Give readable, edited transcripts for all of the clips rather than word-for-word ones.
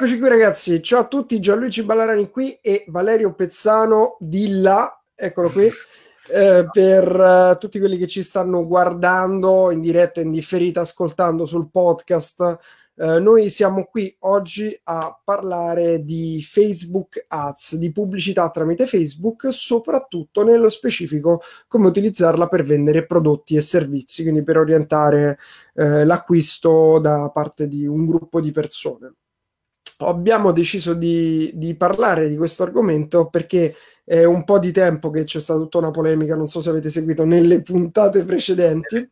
Eccoci qui ragazzi, ciao a tutti, Gianluigi Ballarani qui e Valerio Pezzano di là, eccolo qui, per tutti quelli che ci stanno guardando in diretta, in differita, ascoltando sul podcast. Noi siamo qui oggi a parlare di Facebook Ads, di pubblicità tramite Facebook, soprattutto nello specifico come utilizzarla per vendere prodotti e servizi, quindi per orientare l'acquisto da parte di un gruppo di persone. Abbiamo deciso di parlare di questo argomento perché è un po' di tempo che c'è stata tutta una polemica, non so se avete seguito nelle puntate precedenti.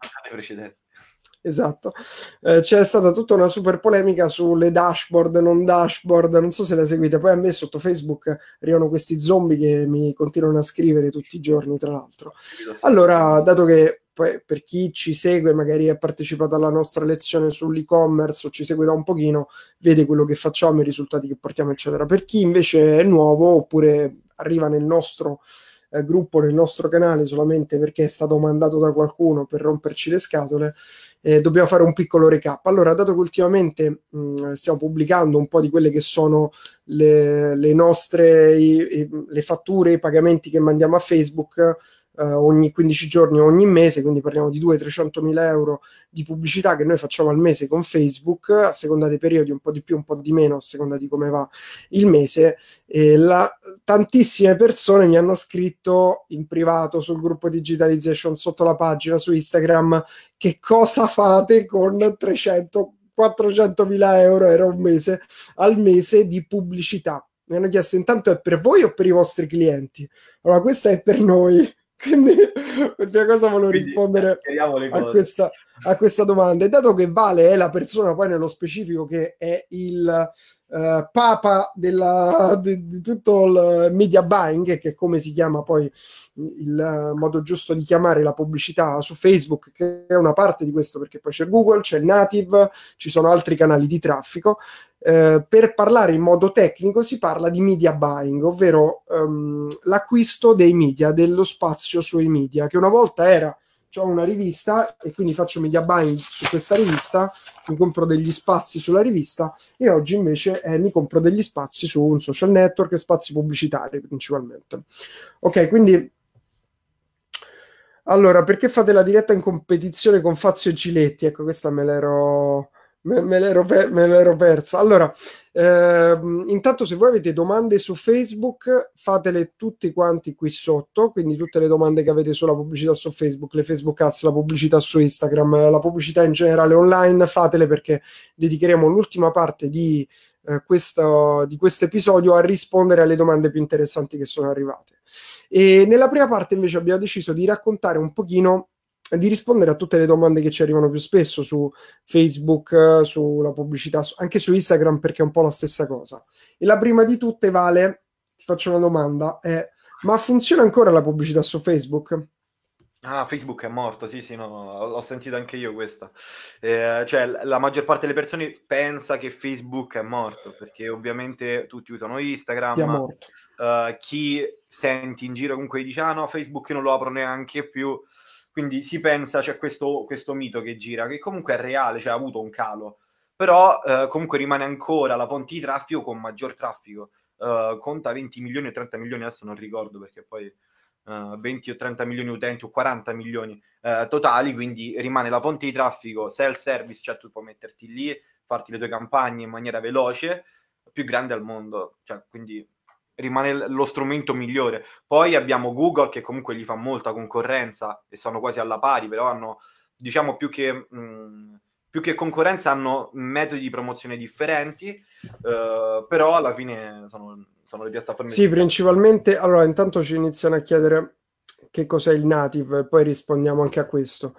Esatto, c'è stata tutta una super polemica sulle dashboard, non dashboard, non so se la seguite. Poi a me sotto Facebook arrivano questi zombie che mi continuano a scrivere tutti i giorni, tra l'altro. Allora, dato che poi per chi ci segue, magari ha partecipato alla nostra lezione sull'e-commerce o ci segue da un pochino, vede quello che facciamo, i risultati che portiamo, eccetera. Per chi invece è nuovo oppure arriva nel nostro gruppo, nel nostro canale solamente perché è stato mandato da qualcuno per romperci le scatole, dobbiamo fare un piccolo recap. Allora, dato che ultimamente stiamo pubblicando un po' di quelle che sono le nostre le fatture, i pagamenti che mandiamo a Facebook ogni 15 giorni o ogni mese, quindi parliamo di 200-300 mila euro di pubblicità che noi facciamo al mese con Facebook, a seconda dei periodi, un po' di più, un po' di meno, a seconda di come va il mese. Tantissime persone mi hanno scritto in privato sul gruppo Digitalization, sotto la pagina su Instagram, che cosa fate con 300-400 mila euro, era un mese, al mese di pubblicità. Mi hanno chiesto intanto è per voi o per i vostri clienti? Allora questa è per noi, quindi per prima cosa volevo rispondere a questa domanda. E dato che Vale è la persona poi nello specifico che è il papa di tutto il media buying, che è come si chiama poi il modo giusto di chiamare la pubblicità su Facebook, che è una parte di questo, perché poi c'è Google, c'è Native, ci sono altri canali di traffico. Per parlare in modo tecnico si parla di media buying, ovvero l'acquisto dei media, dello spazio sui media, che una volta era ho una rivista e quindi faccio media buying su questa rivista, mi compro degli spazi sulla rivista, e oggi invece mi compro degli spazi su un social network, spazi pubblicitari principalmente. Ok, quindi allora, perché fate la diretta in competizione con Fazio e Giletti? Ecco, questa me l'ero persa. Allora, intanto se voi avete domande su Facebook, fatele tutti quanti qui sotto, quindi tutte le domande che avete sulla pubblicità su Facebook, le Facebook Ads, la pubblicità su Instagram, la pubblicità in generale online, fatele, perché dedicheremo l'ultima parte di questo episodio a rispondere alle domande più interessanti che sono arrivate. E nella prima parte invece abbiamo deciso di raccontare un pochino, di rispondere a tutte le domande che ci arrivano più spesso su Facebook, sulla pubblicità, anche su Instagram, perché è un po' la stessa cosa. E la prima di tutte, Vale, ti faccio una domanda, ma funziona ancora la pubblicità su Facebook? Ah, Facebook è morto, sì, no, l'ho sentito anche io questa. Cioè, la maggior parte delle persone pensa che Facebook è morto, perché ovviamente tutti usano Instagram. Sia morto. Chi senti in giro comunque dice, ah no, Facebook non lo apro neanche più. Quindi si pensa, c'è questo mito che gira, che comunque è reale, cioè ha avuto un calo. Però comunque rimane ancora la fonte di traffico con maggior traffico. Conta 20 milioni o 30 milioni, adesso non ricordo perché poi... 20 o 30 milioni di utenti o 40 milioni totali, quindi rimane la fonte di traffico self-service, cioè tu puoi metterti lì, farti le tue campagne in maniera veloce, più grande al mondo, cioè quindi rimane lo strumento migliore. Poi abbiamo Google che comunque gli fa molta concorrenza e sono quasi alla pari, però hanno, diciamo, più che concorrenza hanno metodi di promozione differenti, però alla fine sono le piattaforme. Sì, principalmente. Allora, intanto ci iniziano a chiedere che cos'è il native, e poi rispondiamo anche a questo.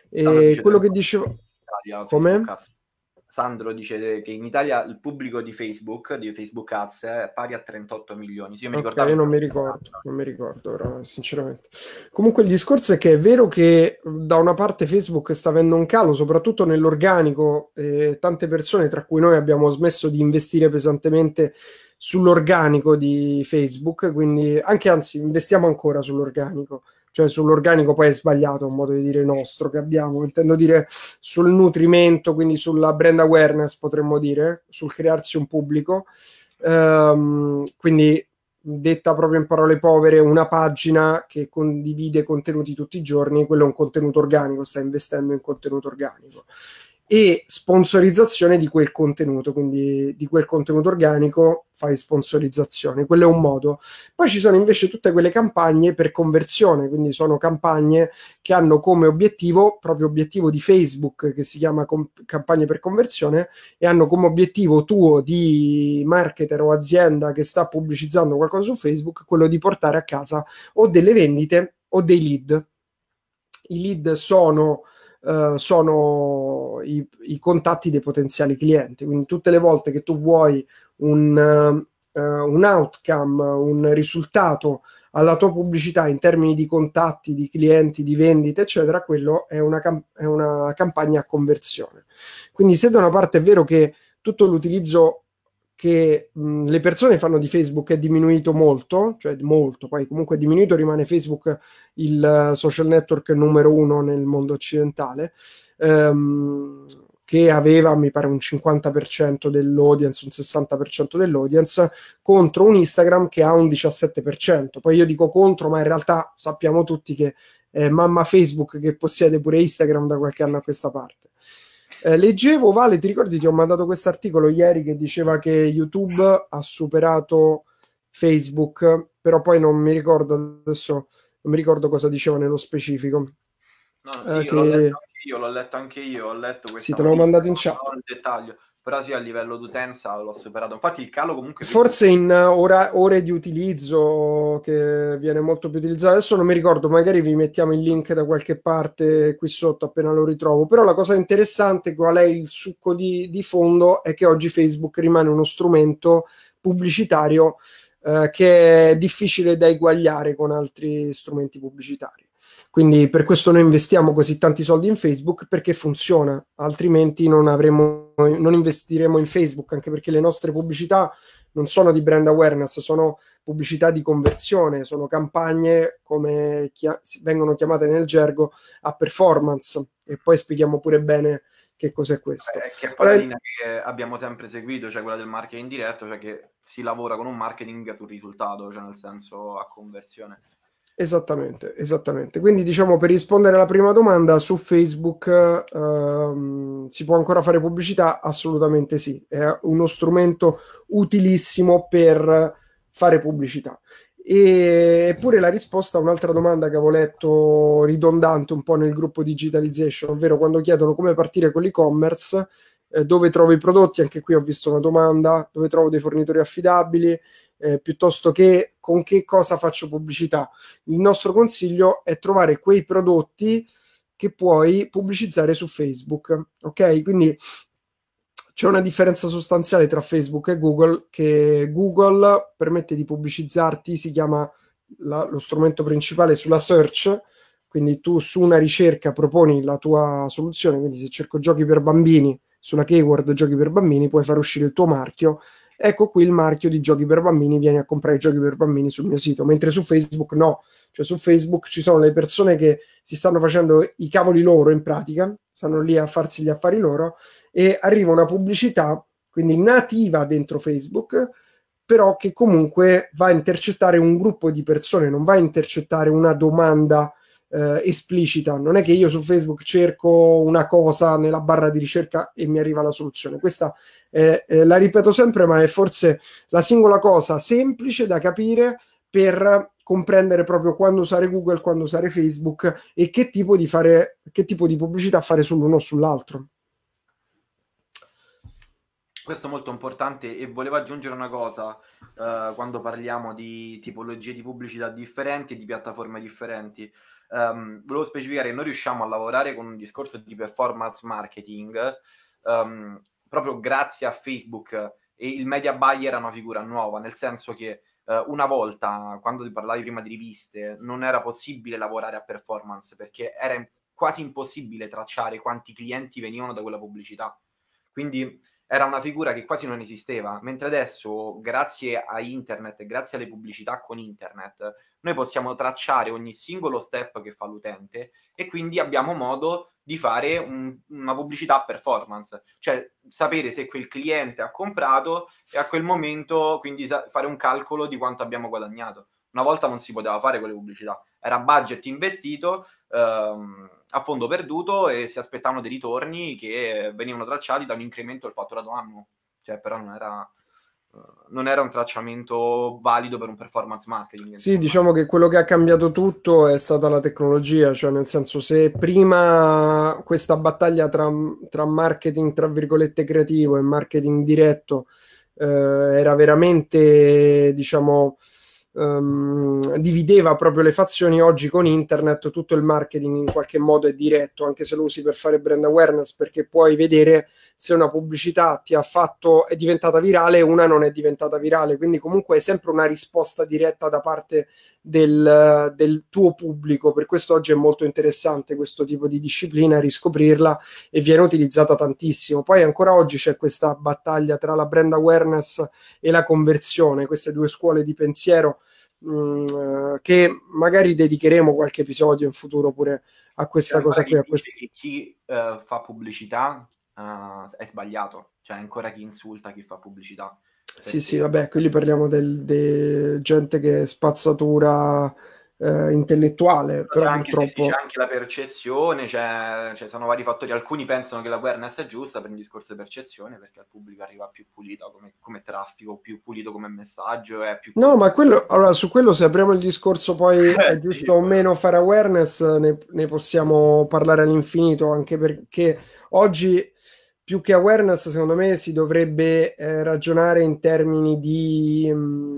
E quello che dicevo... Come? Sandro dice che in Italia il pubblico di Facebook Ads è pari a 38 milioni. Sì, io non mi ricordo ora, sinceramente. Comunque il discorso è che è vero che da una parte Facebook sta avendo un calo, soprattutto nell'organico, tante persone, tra cui noi, abbiamo smesso di investire pesantemente sull'organico di Facebook, quindi anzi investiamo ancora sull'organico, cioè sull'organico poi è sbagliato, un modo di dire nostro che abbiamo, intendo dire sul nutrimento, quindi sulla brand awareness potremmo dire, sul crearsi un pubblico, quindi detta proprio in parole povere, una pagina che condivide contenuti tutti i giorni, quello è un contenuto organico, sta investendo in contenuto organico. E sponsorizzazione di quel contenuto, quindi di quel contenuto organico fai sponsorizzazione, quello è un modo. Poi ci sono invece tutte quelle campagne per conversione, quindi sono campagne che hanno come obiettivo, proprio obiettivo di Facebook, che si chiama campagne per conversione, e hanno come obiettivo tuo di marketer o azienda che sta pubblicizzando qualcosa su Facebook, quello di portare a casa o delle vendite o dei lead. I lead sono i contatti dei potenziali clienti, quindi tutte le volte che tu vuoi un outcome, un risultato alla tua pubblicità in termini di contatti, di clienti, di vendite, eccetera, quello è è una campagna a conversione. Quindi se da una parte è vero che tutto l'utilizzo che le persone fanno di Facebook è diminuito molto, cioè molto, poi comunque è diminuito, rimane Facebook il social network numero uno nel mondo occidentale, che aveva, mi pare, un 50% dell'audience, un 60% dell'audience, contro un Instagram che ha un 17%. Poi io dico contro, ma in realtà sappiamo tutti che è mamma Facebook che possiede pure Instagram da qualche anno a questa parte. Leggevo, Vale, ti ricordi, ti ho mandato questo articolo ieri che diceva che YouTube ha superato Facebook, però poi non mi ricordo adesso, non mi ricordo cosa diceva nello specifico. No, sì, Che... l'ho letto anche io, ho letto Sì, questa te l'avevo notizia, mandato in chat. non nel dettaglio, però sì, a livello d'utenza l'ho superato. Infatti il calo comunque Facebook... Forse in ore di utilizzo che viene molto più utilizzato. Adesso non mi ricordo, magari vi mettiamo il link da qualche parte qui sotto appena lo ritrovo. Però la cosa interessante, qual è il succo di fondo, è che oggi Facebook rimane uno strumento pubblicitario che è difficile da eguagliare con altri strumenti pubblicitari. Quindi per questo noi investiamo così tanti soldi in Facebook, perché funziona, altrimenti non investiremo in Facebook, anche perché le nostre pubblicità non sono di brand awareness, sono pubblicità di conversione, sono campagne come vengono chiamate nel gergo a performance, e poi spieghiamo pure bene che cos'è questo. Che è poi la linea che abbiamo sempre seguito, cioè quella del marketing diretto, cioè che si lavora con un marketing sul risultato, cioè nel senso a conversione. Esattamente, esattamente. Quindi diciamo, per rispondere alla prima domanda, su Facebook si può ancora fare pubblicità? Assolutamente sì, è uno strumento utilissimo per fare pubblicità. Eppure la risposta a un'altra domanda che avevo letto ridondante un po' nel gruppo Digitalization, ovvero quando chiedono come partire con l'e-commerce, dove trovo i prodotti, anche qui ho visto una domanda, dove trovo dei fornitori affidabili, piuttosto che con che cosa faccio pubblicità. Il nostro consiglio è trovare quei prodotti che puoi pubblicizzare su Facebook, ok? Quindi c'è una differenza sostanziale tra Facebook e Google, che Google permette di pubblicizzarti, si chiama lo strumento principale sulla search, quindi tu su una ricerca proponi la tua soluzione, quindi se cerco giochi per bambini, sulla keyword giochi per bambini puoi far uscire il tuo marchio. Ecco qui il marchio di giochi per bambini, vieni a comprare giochi per bambini sul mio sito, mentre su Facebook no, cioè su Facebook ci sono le persone che si stanno facendo i cavoli loro in pratica, stanno lì a farsi gli affari loro, e arriva una pubblicità, quindi nativa dentro Facebook, però che comunque va a intercettare un gruppo di persone, non va a intercettare una domanda esplicita. Non è che io su Facebook cerco una cosa nella barra di ricerca e mi arriva la soluzione. Questa la ripeto sempre, ma è forse la singola cosa semplice da capire per comprendere proprio quando usare Google, quando usare Facebook e che tipo di pubblicità fare sull'uno o sull'altro. Questo è molto importante e volevo aggiungere una cosa, quando parliamo di tipologie di pubblicità differenti e di piattaforme differenti. Volevo specificare che noi riusciamo a lavorare con un discorso di performance marketing proprio grazie a Facebook, e il media buyer è una figura nuova, nel senso che una volta, quando ti parlavi prima di riviste, non era possibile lavorare a performance perché era quasi impossibile tracciare quanti clienti venivano da quella pubblicità. Quindi era una figura che quasi non esisteva, mentre adesso, grazie a internet e grazie alle pubblicità con internet, noi possiamo tracciare ogni singolo step che fa l'utente e quindi abbiamo modo di fare una pubblicità performance, cioè sapere se quel cliente ha comprato e a quel momento quindi fare un calcolo di quanto abbiamo guadagnato. Una volta non si poteva fare quelle pubblicità, era budget investito a fondo perduto e si aspettavano dei ritorni che venivano tracciati da un incremento del fatturato annuo, cioè però non era un tracciamento valido per un performance marketing. Sì, diciamo che quello che ha cambiato tutto è stata la tecnologia, cioè nel senso, se prima questa battaglia tra marketing, tra virgolette, creativo e marketing diretto era veramente, diciamo, divideva proprio le fazioni, oggi con internet tutto il marketing in qualche modo è diretto, anche se lo usi per fare brand awareness, perché puoi vedere se una pubblicità è diventata virale e una non è diventata virale, quindi comunque è sempre una risposta diretta da parte del tuo pubblico. Per questo oggi è molto interessante questo tipo di disciplina, riscoprirla, e viene utilizzata tantissimo. Poi ancora oggi c'è questa battaglia tra la brand awareness e la conversione, queste due scuole di pensiero che magari dedicheremo qualche episodio in futuro pure a questa cosa qui. Che chi fa pubblicità è sbagliato, cioè ancora chi insulta chi fa pubblicità. Sì, vabbè, qui parliamo di gente che è spazzatura intellettuale, però anche purtroppo... c'è anche la percezione, cioè sono vari fattori. Alcuni pensano che l'awareness è giusta per un discorso di percezione, perché al pubblico arriva più pulito come traffico, più pulito come messaggio. No, ma allora, su quello, se apriamo il discorso poi è giusto o meno fare awareness, ne possiamo parlare all'infinito, anche perché oggi più che awareness, secondo me, si dovrebbe ragionare in termini di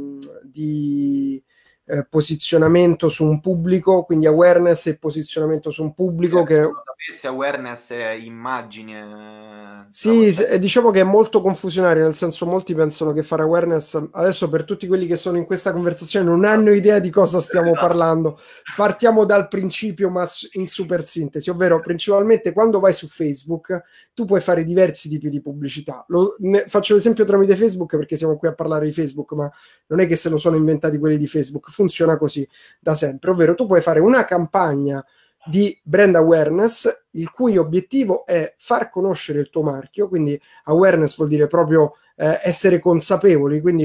posizionamento su un pubblico, quindi awareness e posizionamento su un pubblico che... Non sapessi, awareness è immagine... Sì, diciamo che è molto confusionario, nel senso, molti pensano che fare awareness, adesso per tutti quelli che sono in questa conversazione non hanno idea di cosa stiamo parlando. Partiamo dal principio, ma in super sintesi, ovvero principalmente quando vai su Facebook tu puoi fare diversi tipi di pubblicità. Faccio l'esempio tramite Facebook perché siamo qui a parlare di Facebook, ma non è che se lo sono inventati quelli di Facebook, funziona così da sempre, ovvero tu puoi fare una campagna di brand awareness, il cui obiettivo è far conoscere il tuo marchio, quindi awareness vuol dire proprio essere consapevoli, quindi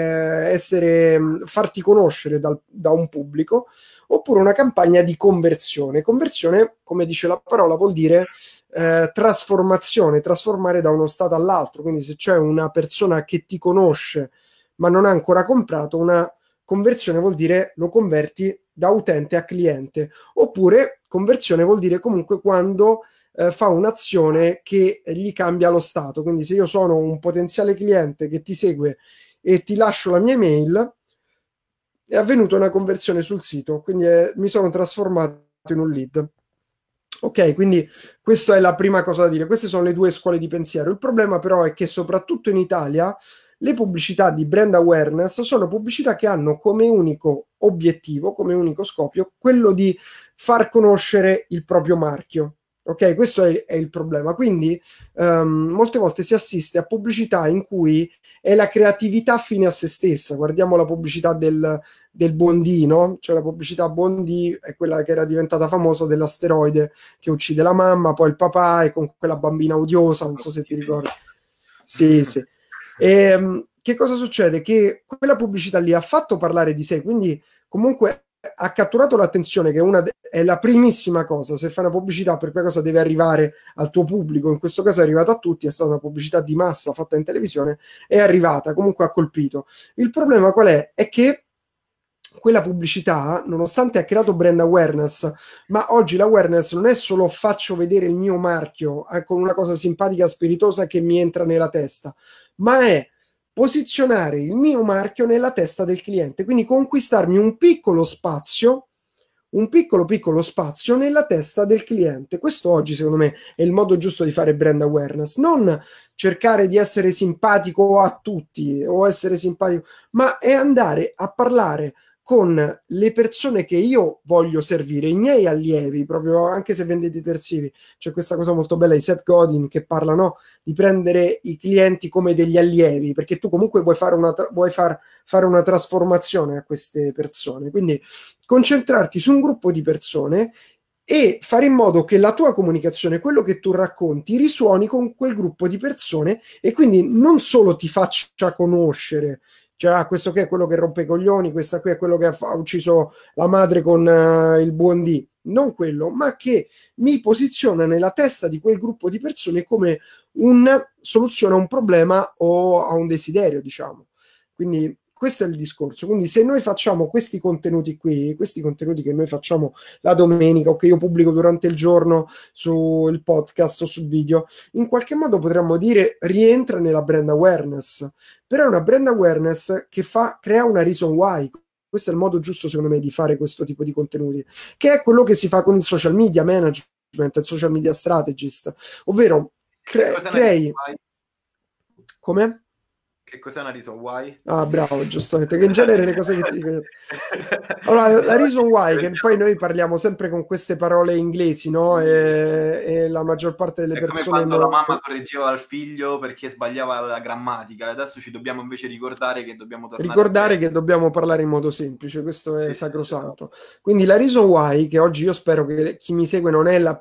farti conoscere da un pubblico, oppure una campagna di conversione. Conversione, come dice la parola, vuol dire trasformazione, trasformare da uno stato all'altro, quindi se c'è una persona che ti conosce ma non ha ancora comprato, una conversione vuol dire lo converti da utente a cliente, oppure conversione vuol dire comunque quando fa un'azione che gli cambia lo stato. Quindi se io sono un potenziale cliente che ti segue e ti lascio la mia email, è avvenuta una conversione sul sito, quindi mi sono trasformato in un lead. Ok, quindi questa è la prima cosa da dire. Queste sono le due scuole di pensiero. Il problema però è che soprattutto in Italia le pubblicità di brand awareness sono pubblicità che hanno come unico obiettivo, come unico scopo, quello di far conoscere il proprio marchio. Ok, questo è il problema. Quindi molte volte si assiste a pubblicità in cui è la creatività fine a se stessa. Guardiamo la pubblicità del Bondino, cioè la pubblicità Bondi è quella che era diventata famosa dell'asteroide che uccide la mamma, poi il papà, e con quella bambina odiosa, non so se ti ricordi. Sì. E, che cosa succede? Che quella pubblicità lì ha fatto parlare di sé, quindi comunque ha catturato l'attenzione, che è la primissima cosa. Se fai una pubblicità, per quella cosa deve arrivare al tuo pubblico, in questo caso è arrivata a tutti, è stata una pubblicità di massa fatta in televisione, è arrivata, comunque ha colpito. Il problema qual è? È che quella pubblicità, nonostante ha creato brand awareness, ma oggi l'awareness non è solo faccio vedere il mio marchio con una cosa simpatica, spiritosa che mi entra nella testa, ma è posizionare il mio marchio nella testa del cliente, quindi conquistarmi un piccolo spazio nella testa del cliente. Questo oggi, secondo me, è il modo giusto di fare brand awareness, non cercare di essere simpatico a tutti o essere simpatico, ma è andare a parlare con le persone che io voglio servire, i miei allievi, proprio anche se vendete detersivi. C'è questa cosa molto bella di Seth Godin che parla, no, di prendere i clienti come degli allievi, perché tu comunque vuoi fare fare una trasformazione a queste persone. Quindi concentrarti su un gruppo di persone e fare in modo che la tua comunicazione, quello che tu racconti, risuoni con quel gruppo di persone e quindi non solo ti faccia conoscere, cioè questo qui è quello che rompe i coglioni, questa qui è quello che ha ucciso la madre con il buon D, non quello, ma che mi posiziona nella testa di quel gruppo di persone come una soluzione a un problema o a un desiderio, diciamo. Quindi questo è il discorso. Quindi se noi facciamo questi contenuti qui, questi contenuti che noi facciamo la domenica o che io pubblico durante il giorno sul podcast o sul video, in qualche modo potremmo dire rientra nella brand awareness, però è una brand awareness che crea una reason why. Questo è il modo giusto secondo me di fare questo tipo di contenuti, che è quello che si fa con il social media management, il social media strategist, ovvero crei... Come? Che cos'è una reason why? Ah, bravo, giustamente, che in genere le cose che ti dico... Allora, la reason why, che poi noi parliamo sempre con queste parole inglesi, no? E la maggior parte delle persone... È come quando la mamma correggeva il figlio perché sbagliava la grammatica, adesso ci dobbiamo invece ricordare che dobbiamo tornare che dobbiamo parlare in modo semplice, questo è sacrosanto. Quindi la reason why, che oggi io spero che chi mi segue non è il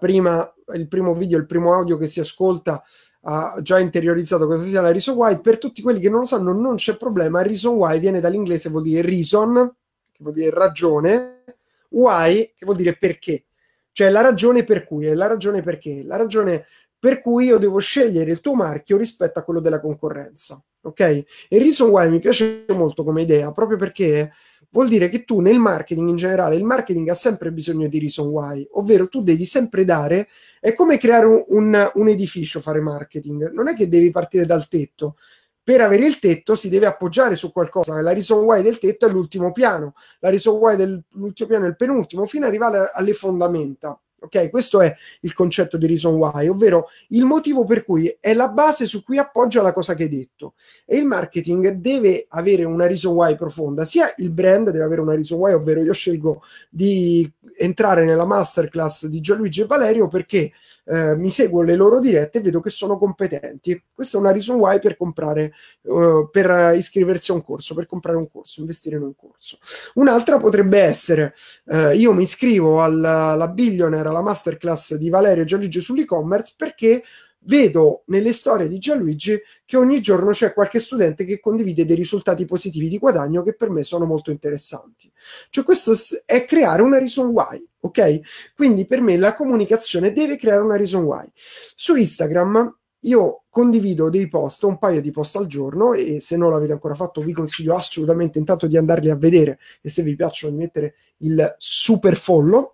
primo video, il primo audio che si ascolta, ha già interiorizzato cosa sia la reason why. Per tutti quelli che non lo sanno non c'è problema, reason why viene dall'inglese, vuol dire reason, che vuol dire ragione, why, che vuol dire perché, cioè la ragione per cui, è la ragione perché, la ragione per cui io devo scegliere il tuo marchio rispetto a quello della concorrenza, ok? E reason why mi piace molto come idea, proprio perché vuol dire che tu nel marketing in generale, il marketing ha sempre bisogno di reason why, ovvero tu devi sempre dare, è come creare un edificio, fare marketing, non è che devi partire dal tetto. Per avere il tetto si deve appoggiare su qualcosa, la reason why del tetto è l'ultimo piano, la reason why dell'ultimo piano è il penultimo, fino ad arrivare alle fondamenta. Ok, questo è il concetto di reason why, ovvero il motivo per cui è la base su cui appoggia la cosa che hai detto. E il marketing deve avere una reason why profonda, sia il brand deve avere una reason why, ovvero io scelgo di entrare nella masterclass di Gianluigi e Valerio perché mi seguo le loro dirette e vedo che sono competenti. Questa è una reason why per comprare, per iscriversi a un corso, per comprare un corso, investire in un corso. Un'altra potrebbe essere io mi iscrivo alla Billionaire, alla masterclass di Valerio e Gianluigi sull'e-commerce perché vedo nelle storie di Gianluigi che ogni giorno c'è qualche studente che condivide dei risultati positivi di guadagno che per me sono molto interessanti. Cioè questo è creare una reason why, ok? Quindi per me la comunicazione deve creare una reason why. Su Instagram io condivido dei post, un paio di post al giorno, e se non l'avete ancora fatto vi consiglio assolutamente intanto di andarli a vedere e se vi piacciono di mettere il super follow.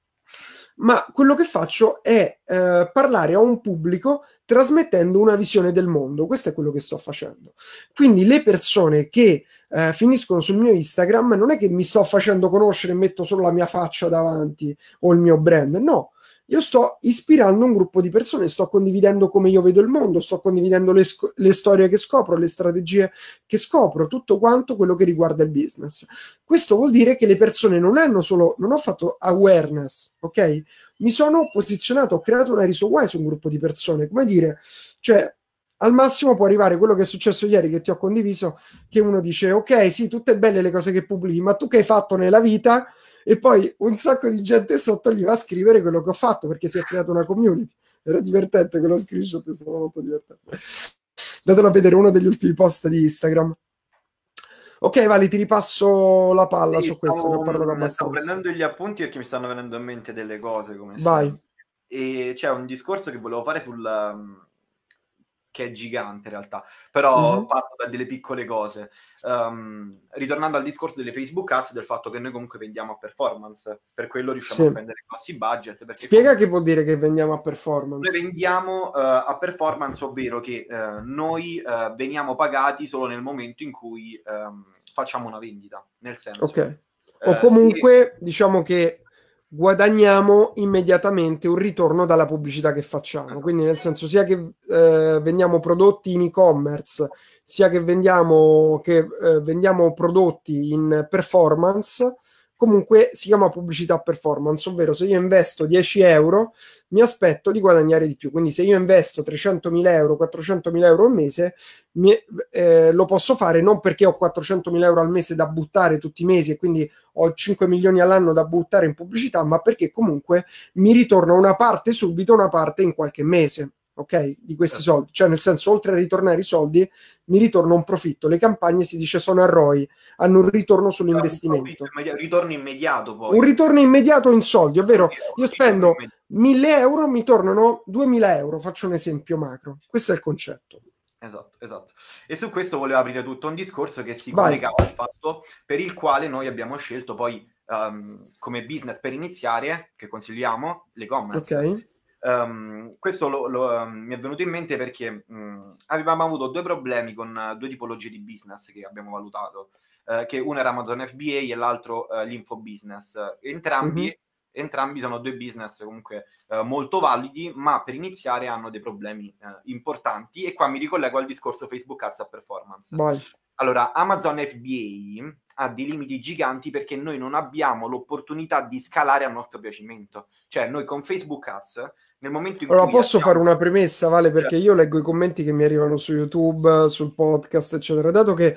Ma quello che faccio è parlare a un pubblico trasmettendo una visione del mondo. Questo è quello che sto facendo. Quindi le persone che finiscono sul mio Instagram non è che mi sto facendo conoscere e metto solo la mia faccia davanti o il mio brand, no. Io sto ispirando un gruppo di persone, sto condividendo come io vedo il mondo, sto condividendo le storie che scopro, le strategie che scopro, tutto quanto quello che riguarda il business. Questo vuol dire che le persone non ho fatto awareness, ok? Mi sono posizionato, ho creato una reason why su un gruppo di persone, come dire, cioè al massimo può arrivare quello che è successo ieri che ti ho condiviso, che uno dice ok, sì, tutte belle le cose che pubblichi, ma tu che hai fatto nella vita? E poi un sacco di gente sotto gli va a scrivere quello che ho fatto perché si è creata una community. Era divertente quello screenshot, è stato molto divertente. Datelo a vedere, uno degli ultimi post di Instagram. Ok, Vali, ti ripasso la palla su questo, che ho parlato abbastanza. Stavo prendendo gli appunti perché mi stanno venendo in mente delle cose, come Vai. sempre. E c'è un discorso che volevo fare che è gigante in realtà, però parto da delle piccole cose. Ritornando al discorso delle Facebook Ads, del fatto che noi comunque vendiamo a performance, per quello riusciamo a spendere grossi budget. Perché spiega che vuol dire che vendiamo a performance. Noi vendiamo a performance, ovvero che noi veniamo pagati solo nel momento in cui facciamo una vendita, nel senso. Ok. O comunque diciamo che guadagniamo immediatamente un ritorno dalla pubblicità che facciamo. Quindi nel senso, sia che vendiamo prodotti in e-commerce, sia che vendiamo prodotti in performance, comunque si chiama pubblicità performance, ovvero se io investo 10 euro mi aspetto di guadagnare di più. Quindi se io investo 300.000 euro, 400.000 euro al mese, lo posso fare non perché ho 400.000 euro al mese da buttare tutti i mesi e quindi ho 5 milioni all'anno da buttare in pubblicità, ma perché comunque mi ritorna una parte subito, una parte in qualche mese. Ok, di questi soldi, cioè nel senso, oltre a ritornare i soldi mi ritorna un profitto. Le campagne, si dice, sono a ROI, hanno un ritorno sull'investimento, ritorno immediato poi. un ritorno immediato in soldi, ovvero io spendo 1.000 euro, mi tornano 2.000 euro, faccio un esempio macro, questo è il concetto. Esatto. E su questo volevo aprire tutto un discorso che si collegava al fatto per il quale noi abbiamo scelto poi come business per iniziare, che consigliamo, l'e-commerce. Ok. Questo mi è venuto in mente perché avevamo avuto due problemi con due tipologie di business che abbiamo valutato, che uno era Amazon FBA e l'altro l'infobusiness. Entrambi sono due business comunque molto validi, ma per iniziare hanno dei problemi importanti, e qua mi ricollego al discorso Facebook Ads a Performance. Vai. Allora, Amazon FBA ha dei limiti giganti perché noi non abbiamo l'opportunità di scalare a nostro piacimento. Cioè, noi con Facebook Ads, nel momento in allora, cui posso fare una premessa, Vale, perché io leggo i commenti che mi arrivano su YouTube, sul podcast, eccetera. Dato che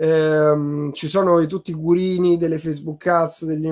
ci sono tutti i gurini delle Facebook Ads, delle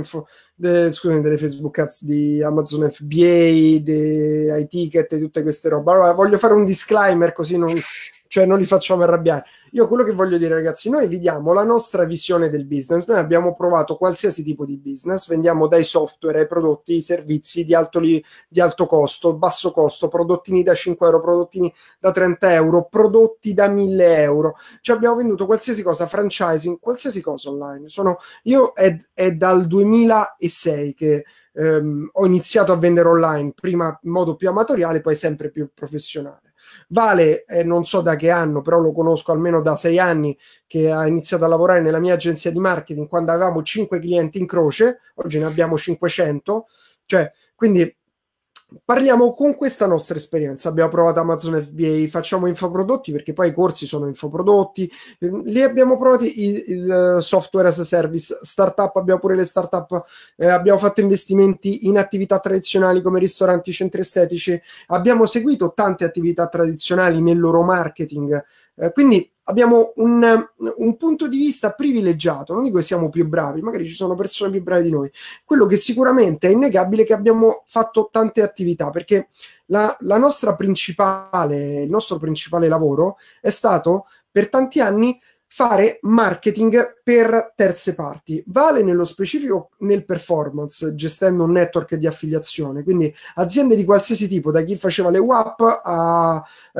Facebook Ads di Amazon FBA, dei iTicket e tutte queste robe. Allora, voglio fare un disclaimer così non li facciamo arrabbiare. Io quello che voglio dire, ragazzi, noi vi diamo la nostra visione del business. Noi abbiamo provato qualsiasi tipo di business, vendiamo dai software ai prodotti, ai servizi di alto costo, basso costo, prodottini da 5 euro, prodottini da 30 euro, prodotti da 1.000 euro. Cioè abbiamo venduto qualsiasi cosa, franchising, qualsiasi cosa online. Io è dal 2006 che ho iniziato a vendere online, prima in modo più amatoriale, poi sempre più professionale. Vale, non so da che anno, però lo conosco almeno da 6 anni, che ha iniziato a lavorare nella mia agenzia di marketing quando avevamo 5 clienti in croce, oggi ne abbiamo 500, cioè, quindi parliamo con questa nostra esperienza. Abbiamo provato Amazon FBA, facciamo infoprodotti perché poi i corsi sono infoprodotti, li abbiamo provati il software as a service, startup, abbiamo pure le startup, abbiamo fatto investimenti in attività tradizionali come ristoranti, centri estetici, abbiamo seguito tante attività tradizionali nel loro marketing, quindi abbiamo un punto di vista privilegiato. Non dico che siamo più bravi, magari ci sono persone più brave di noi. Quello che sicuramente è innegabile è che abbiamo fatto tante attività, perché il nostro principale lavoro è stato per tanti anni fare marketing per terze parti. Vale nello specifico nel performance, gestendo un network di affiliazione, quindi aziende di qualsiasi tipo, da chi faceva le WAP a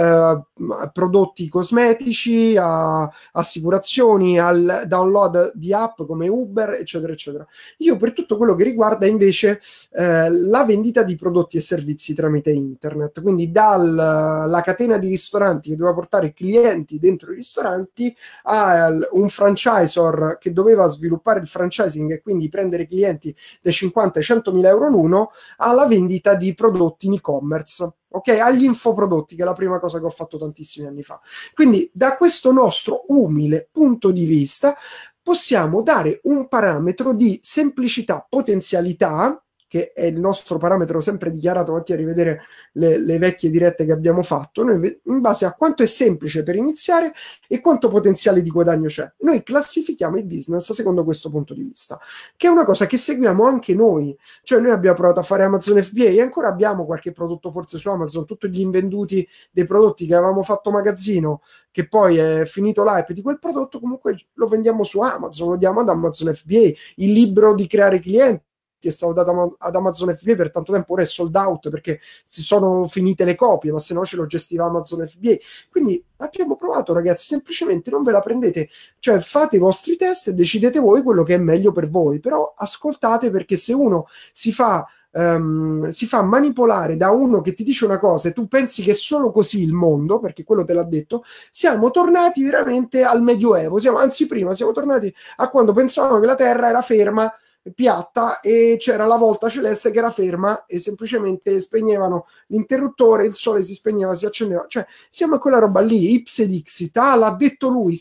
prodotti cosmetici, a assicurazioni, al download di app come Uber, eccetera, eccetera. Io per tutto quello che riguarda invece la vendita di prodotti e servizi tramite internet, quindi dalla catena di ristoranti che doveva portare clienti dentro i ristoranti a un franchisor che doveva sviluppare il franchising e quindi prendere clienti dai 50 ai 100.000 euro l'uno, alla vendita di prodotti in e-commerce, ok? Agli infoprodotti, che è la prima cosa che ho fatto tantissimi anni fa. Quindi da questo nostro umile punto di vista possiamo dare un parametro di semplicità, potenzialità, che è il nostro parametro sempre dichiarato. Vatti a rivedere le vecchie dirette che abbiamo fatto, noi, in base a quanto è semplice per iniziare e quanto potenziale di guadagno c'è, noi classifichiamo il business secondo questo punto di vista, che è una cosa che seguiamo anche noi. Cioè noi abbiamo provato a fare Amazon FBA e ancora abbiamo qualche prodotto forse su Amazon, tutti gli invenduti dei prodotti che avevamo fatto magazzino, che poi è finito l'hype di quel prodotto, comunque lo vendiamo su Amazon, lo diamo ad Amazon FBA. Il libro di creare clienti è stato dato ad Amazon FBA per tanto tempo, ora è sold out perché si sono finite le copie, ma se no ce lo gestiva Amazon FBA. Quindi abbiamo provato, ragazzi, semplicemente non ve la prendete, cioè fate i vostri test e decidete voi quello che è meglio per voi, però ascoltate, perché se uno si fa manipolare da uno che ti dice una cosa e tu pensi che è solo così il mondo, perché quello te l'ha detto, siamo tornati veramente al Medioevo, anzi prima siamo tornati a quando pensavamo che la Terra era ferma piatta e c'era la volta celeste che era ferma e semplicemente spegnevano l'interruttore, il sole si spegneva, si accendeva, cioè siamo a quella roba lì, ipse dixit, l'ha detto lui,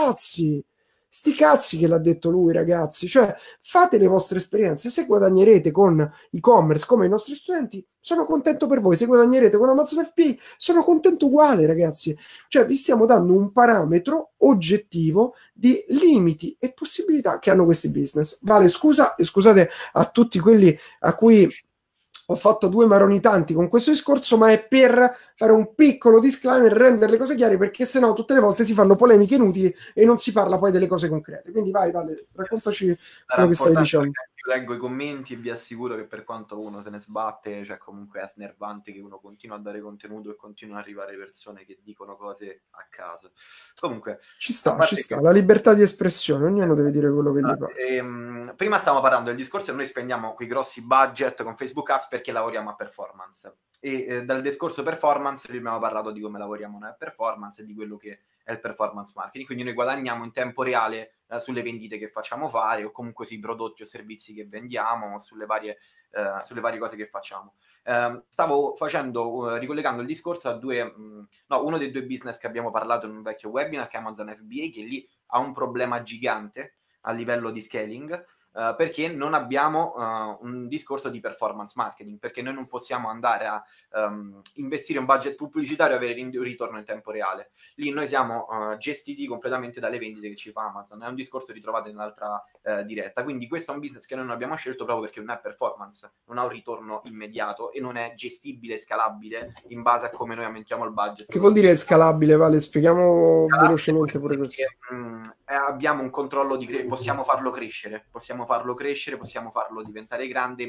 sti cazzi che l'ha detto lui, ragazzi, cioè fate le vostre esperienze, se guadagnerete con e-commerce come i nostri studenti, sono contento per voi, se guadagnerete con Amazon FBA, sono contento uguale, ragazzi, cioè vi stiamo dando un parametro oggettivo di limiti e possibilità che hanno questi business. Vale, scusa e scusate a tutti quelli a cui ho fatto due maroni tanti con questo discorso, ma è per fare un piccolo disclaimer, rendere le cose chiare, perché sennò tutte le volte si fanno polemiche inutili e non si parla poi delle cose concrete. Quindi vai, Vale, raccontaci quello che stavi dicendo. Io leggo i commenti e vi assicuro che per quanto uno se ne sbatte, cioè comunque è snervante che uno continua a dare contenuto e continuano ad arrivare persone che dicono cose a caso. Comunque ci sta, la libertà di espressione, ognuno deve dire quello che gli pare. Prima stavamo parlando del discorso e noi spendiamo quei grossi budget con Facebook Ads perché lavoriamo a performance e dal discorso performance vi abbiamo parlato di come lavoriamo noi a performance e di quello che è il performance marketing, quindi noi guadagniamo in tempo reale sulle vendite che facciamo fare o comunque sui prodotti o servizi che vendiamo o sulle varie cose che facciamo. Stavo ricollegando il discorso a uno dei due business che abbiamo parlato in un vecchio webinar, che è Amazon FBA, che lì ha un problema gigante a livello di scaling, perché non abbiamo un discorso di performance marketing, perché noi non possiamo andare a investire un budget pubblicitario e avere un ritorno in tempo reale. Lì noi siamo gestiti completamente dalle vendite che ci fa Amazon, è un discorso ritrovato in un'altra diretta, quindi questo è un business che noi non abbiamo scelto proprio perché non è performance, non ha un ritorno immediato e non è gestibile, scalabile in base a come noi aumentiamo il budget. Che vuol dire scalabile, Vale? Spieghiamo velocemente pure questo. Abbiamo un controllo possiamo farlo crescere, possiamo farlo diventare grande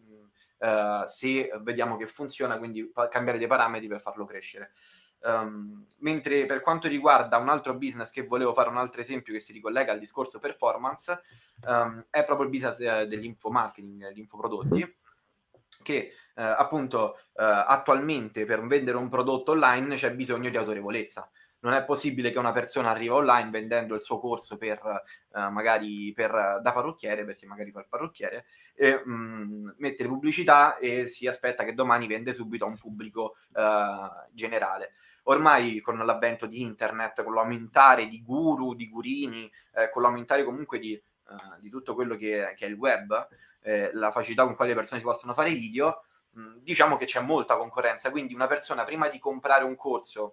se vediamo che funziona, quindi cambiare dei parametri per farlo crescere. Mentre per quanto riguarda un altro business che volevo fare, un altro esempio che si ricollega al discorso performance, è proprio il business dell'infomarketing, gli infoprodotti, che appunto attualmente per vendere un prodotto online c'è bisogno di autorevolezza. Non è possibile che una persona arriva online vendendo il suo corso magari da parrucchiere, perché magari fa il parrucchiere, e mette le pubblicità e si aspetta che domani vende subito a un pubblico generale. Ormai con l'avvento di internet, con l'aumentare di guru, di gurini, con l'aumentare comunque di tutto quello che è il web, la facilità con cui le persone si possono fare video, diciamo che c'è molta concorrenza, quindi una persona prima di comprare un corso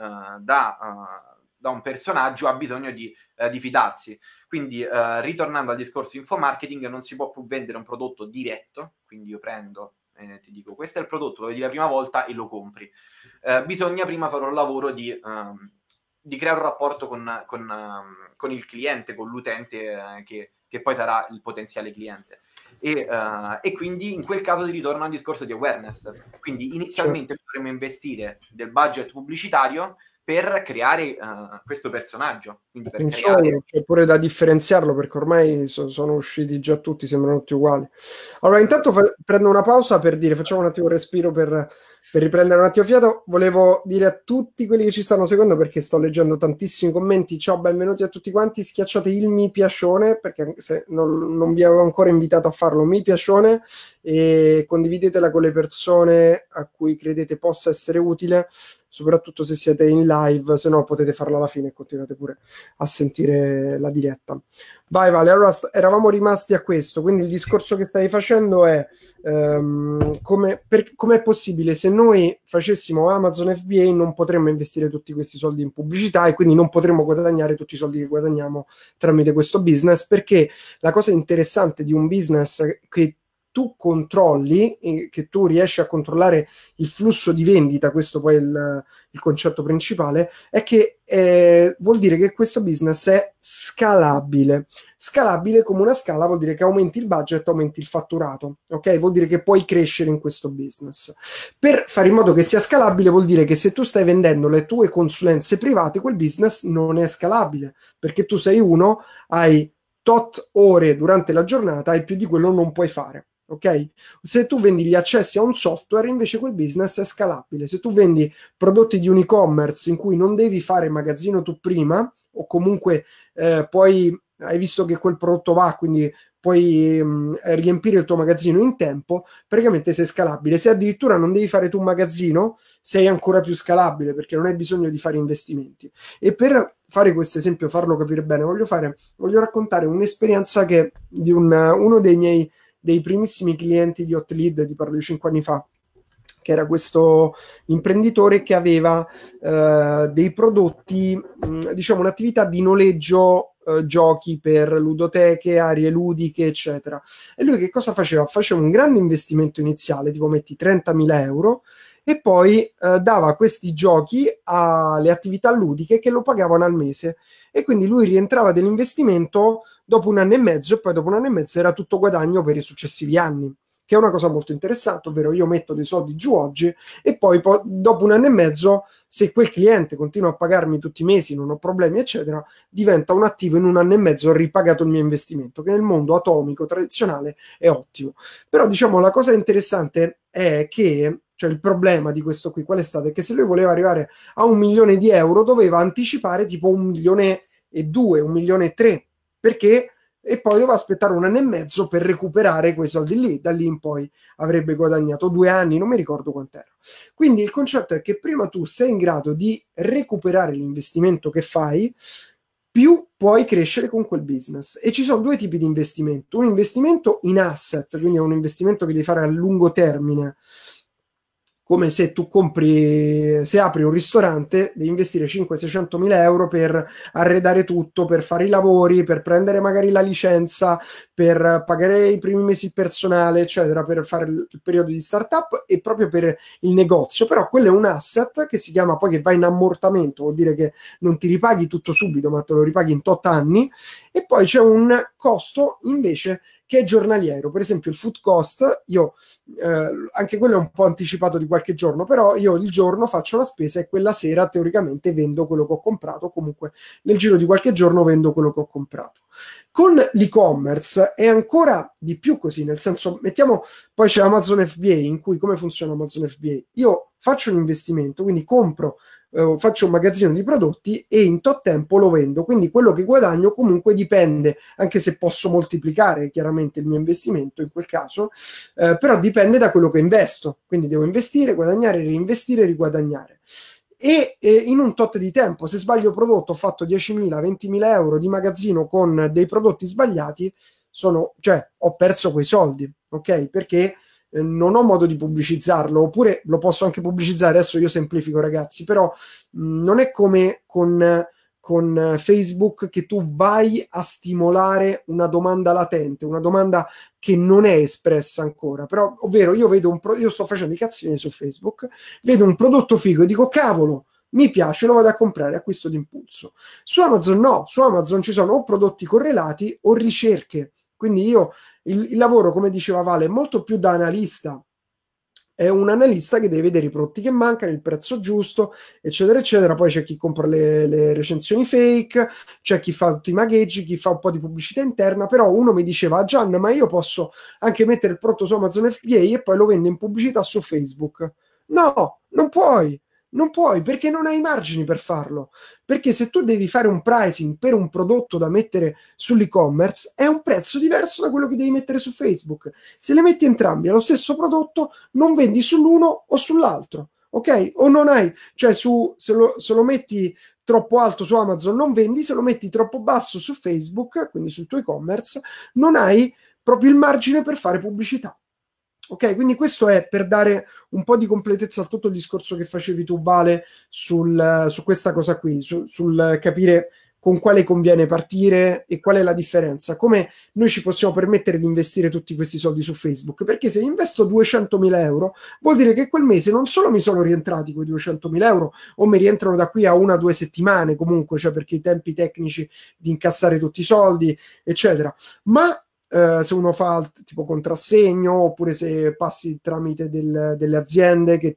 da un personaggio ha bisogno di fidarsi. Quindi ritornando al discorso infomarketing, non si può più vendere un prodotto diretto, quindi io prendo ti dico questo è il prodotto, lo vedi la prima volta e lo compri. Bisogna prima fare un lavoro di creare un rapporto con il cliente, con l'utente che poi sarà il potenziale cliente. E quindi in quel caso si ritorna al discorso di awareness. Quindi inizialmente dovremmo investire del budget pubblicitario per creare questo personaggio. Quindi per creare... C'è pure da differenziarlo, perché ormai sono usciti già tutti, sembrano tutti uguali. Allora, intanto prendo una pausa per dire, facciamo un attimo un respiro per riprendere un attimo fiato. Volevo dire a tutti quelli che ci stanno seguendo, perché sto leggendo tantissimi commenti, ciao, benvenuti a tutti quanti, schiacciate il mi piacione, perché se non vi avevo ancora invitato a farlo, mi piacione, e condividetela con le persone a cui credete possa essere utile, soprattutto se siete in live, se no potete farla alla fine e continuate pure a sentire la diretta. Vai, Vale, allora eravamo rimasti a questo, quindi il discorso che stai facendo è com'è possibile, se noi facessimo Amazon FBA non potremmo investire tutti questi soldi in pubblicità e quindi non potremmo guadagnare tutti i soldi che guadagniamo tramite questo business, perché la cosa interessante di un business che tu controlli, che tu riesci a controllare il flusso di vendita, questo poi è il concetto principale, è che vuol dire che questo business è scalabile. Scalabile come una scala vuol dire che aumenti il budget, aumenti il fatturato, ok? Vuol dire che puoi crescere in questo business. Per fare in modo che sia scalabile vuol dire che se tu stai vendendo le tue consulenze private, quel business non è scalabile, perché tu sei uno, hai tot ore durante la giornata e più di quello non puoi fare. Ok? Se tu vendi gli accessi a un software, invece quel business è scalabile. Se tu vendi prodotti di un e-commerce in cui non devi fare magazzino tu prima, o comunque poi hai visto che quel prodotto va, quindi puoi riempire il tuo magazzino in tempo, praticamente sei scalabile. Se addirittura non devi fare tu un magazzino, sei ancora più scalabile perché non hai bisogno di fare investimenti. E per fare questo esempio, farlo capire bene, voglio raccontare un'esperienza che di uno dei primissimi clienti di Hotlead, ti parlo di 5 anni fa, che era questo imprenditore che aveva dei prodotti, diciamo un'attività di noleggio giochi per ludoteche, aree ludiche, eccetera. E lui che cosa faceva? Faceva un grande investimento iniziale, tipo metti 30.000 euro, e poi dava questi giochi alle attività ludiche che lo pagavano al mese. E quindi lui rientrava dell'investimento dopo 1 anno e mezzo, e poi dopo 1 anno e mezzo era tutto guadagno per i successivi anni, che è una cosa molto interessante, ovvero io metto dei soldi giù oggi e poi dopo 1 anno e mezzo, se quel cliente continua a pagarmi tutti i mesi, non ho problemi, eccetera, diventa un attivo. In 1 anno e mezzo ho ripagato il mio investimento, che nel mondo atomico tradizionale è ottimo. Però diciamo la cosa interessante è che, cioè il problema di questo qui, qual è stato? È che se lui voleva arrivare a 1 milione di euro doveva anticipare tipo 1,2 milioni, 1,3 milioni, perché e poi doveva aspettare 1 anno e mezzo per recuperare quei soldi lì. Da lì in poi avrebbe guadagnato 2 anni, non mi ricordo quant'era. Quindi il concetto è che prima tu sei in grado di recuperare l'investimento che fai, più puoi crescere con quel business. E ci sono due tipi di investimento: un investimento in asset, quindi è un investimento che devi fare a lungo termine, come se tu se apri un ristorante, devi investire 500-600 mila euro per arredare tutto, per fare i lavori, per prendere magari la licenza, per pagare i primi mesi il personale, eccetera, per fare il periodo di startup e proprio per il negozio. Però quello è un asset che si chiama poi, che va in ammortamento, vuol dire che non ti ripaghi tutto subito, ma te lo ripaghi in tot anni. E poi c'è un costo invece che è giornaliero. Per esempio il food cost, io anche quello è un po' anticipato di qualche giorno, però io il giorno faccio la spesa e quella sera teoricamente vendo quello che ho comprato, comunque nel giro di qualche giorno vendo quello che ho comprato. Con l'e-commerce è ancora di più così, nel senso, poi c'è Amazon FBA, in cui come funziona Amazon FBA? Io faccio un investimento, quindi faccio un magazzino di prodotti e in tot tempo lo vendo, quindi quello che guadagno comunque dipende, anche se posso moltiplicare chiaramente il mio investimento in quel caso, però dipende da quello che investo, quindi devo investire, guadagnare, reinvestire, riguadagnare. E in un tot di tempo, se sbaglio prodotto, ho fatto 10.000, 20.000 euro di magazzino con dei prodotti sbagliati, cioè ho perso quei soldi, ok? Perché non ho modo di pubblicizzarlo, oppure lo posso anche pubblicizzare, adesso io semplifico ragazzi, però non è come con Facebook, che tu vai a stimolare una domanda latente, una domanda che non è espressa ancora. Però, ovvero, io sto facendo i cazzini su Facebook, vedo un prodotto figo e dico cavolo, mi piace, lo vado a comprare, acquisto d'impulso. Su Amazon no, su Amazon ci sono o prodotti correlati o ricerche. Quindi il lavoro, come diceva Vale, è molto più da analista. È un analista che deve vedere i prodotti che mancano, il prezzo giusto, eccetera, eccetera. Poi c'è chi compra le recensioni fake, c'è chi fa tutti i magheggi, chi fa un po' di pubblicità interna. Però uno mi diceva: Gian, ma io posso anche mettere il prodotto su Amazon FBA e poi lo vendo in pubblicità su Facebook. No, non puoi. Non puoi, perché non hai i margini per farlo. Perché se tu devi fare un pricing per un prodotto da mettere sull'e-commerce, è un prezzo diverso da quello che devi mettere su Facebook. Se le metti entrambi allo stesso prodotto, non vendi sull'uno o sull'altro, ok? O non hai, cioè se lo metti troppo alto su Amazon non vendi, se lo metti troppo basso su Facebook, quindi sul tuo e-commerce, non hai proprio il margine per fare pubblicità. Ok, quindi questo è per dare un po' di completezza a tutto il discorso che facevi tu, Vale, su questa cosa qui, sul capire con quale conviene partire e qual è la differenza. Come noi ci possiamo permettere di investire tutti questi soldi su Facebook? Perché se investo 200.000 euro, vuol dire che quel mese non solo mi sono rientrati quei 200.000 euro, o mi rientrano da qui a 1 o 2 settimane comunque, cioè perché i tempi tecnici di incassare tutti i soldi, eccetera, ma se uno fa tipo contrassegno, oppure se passi tramite delle aziende che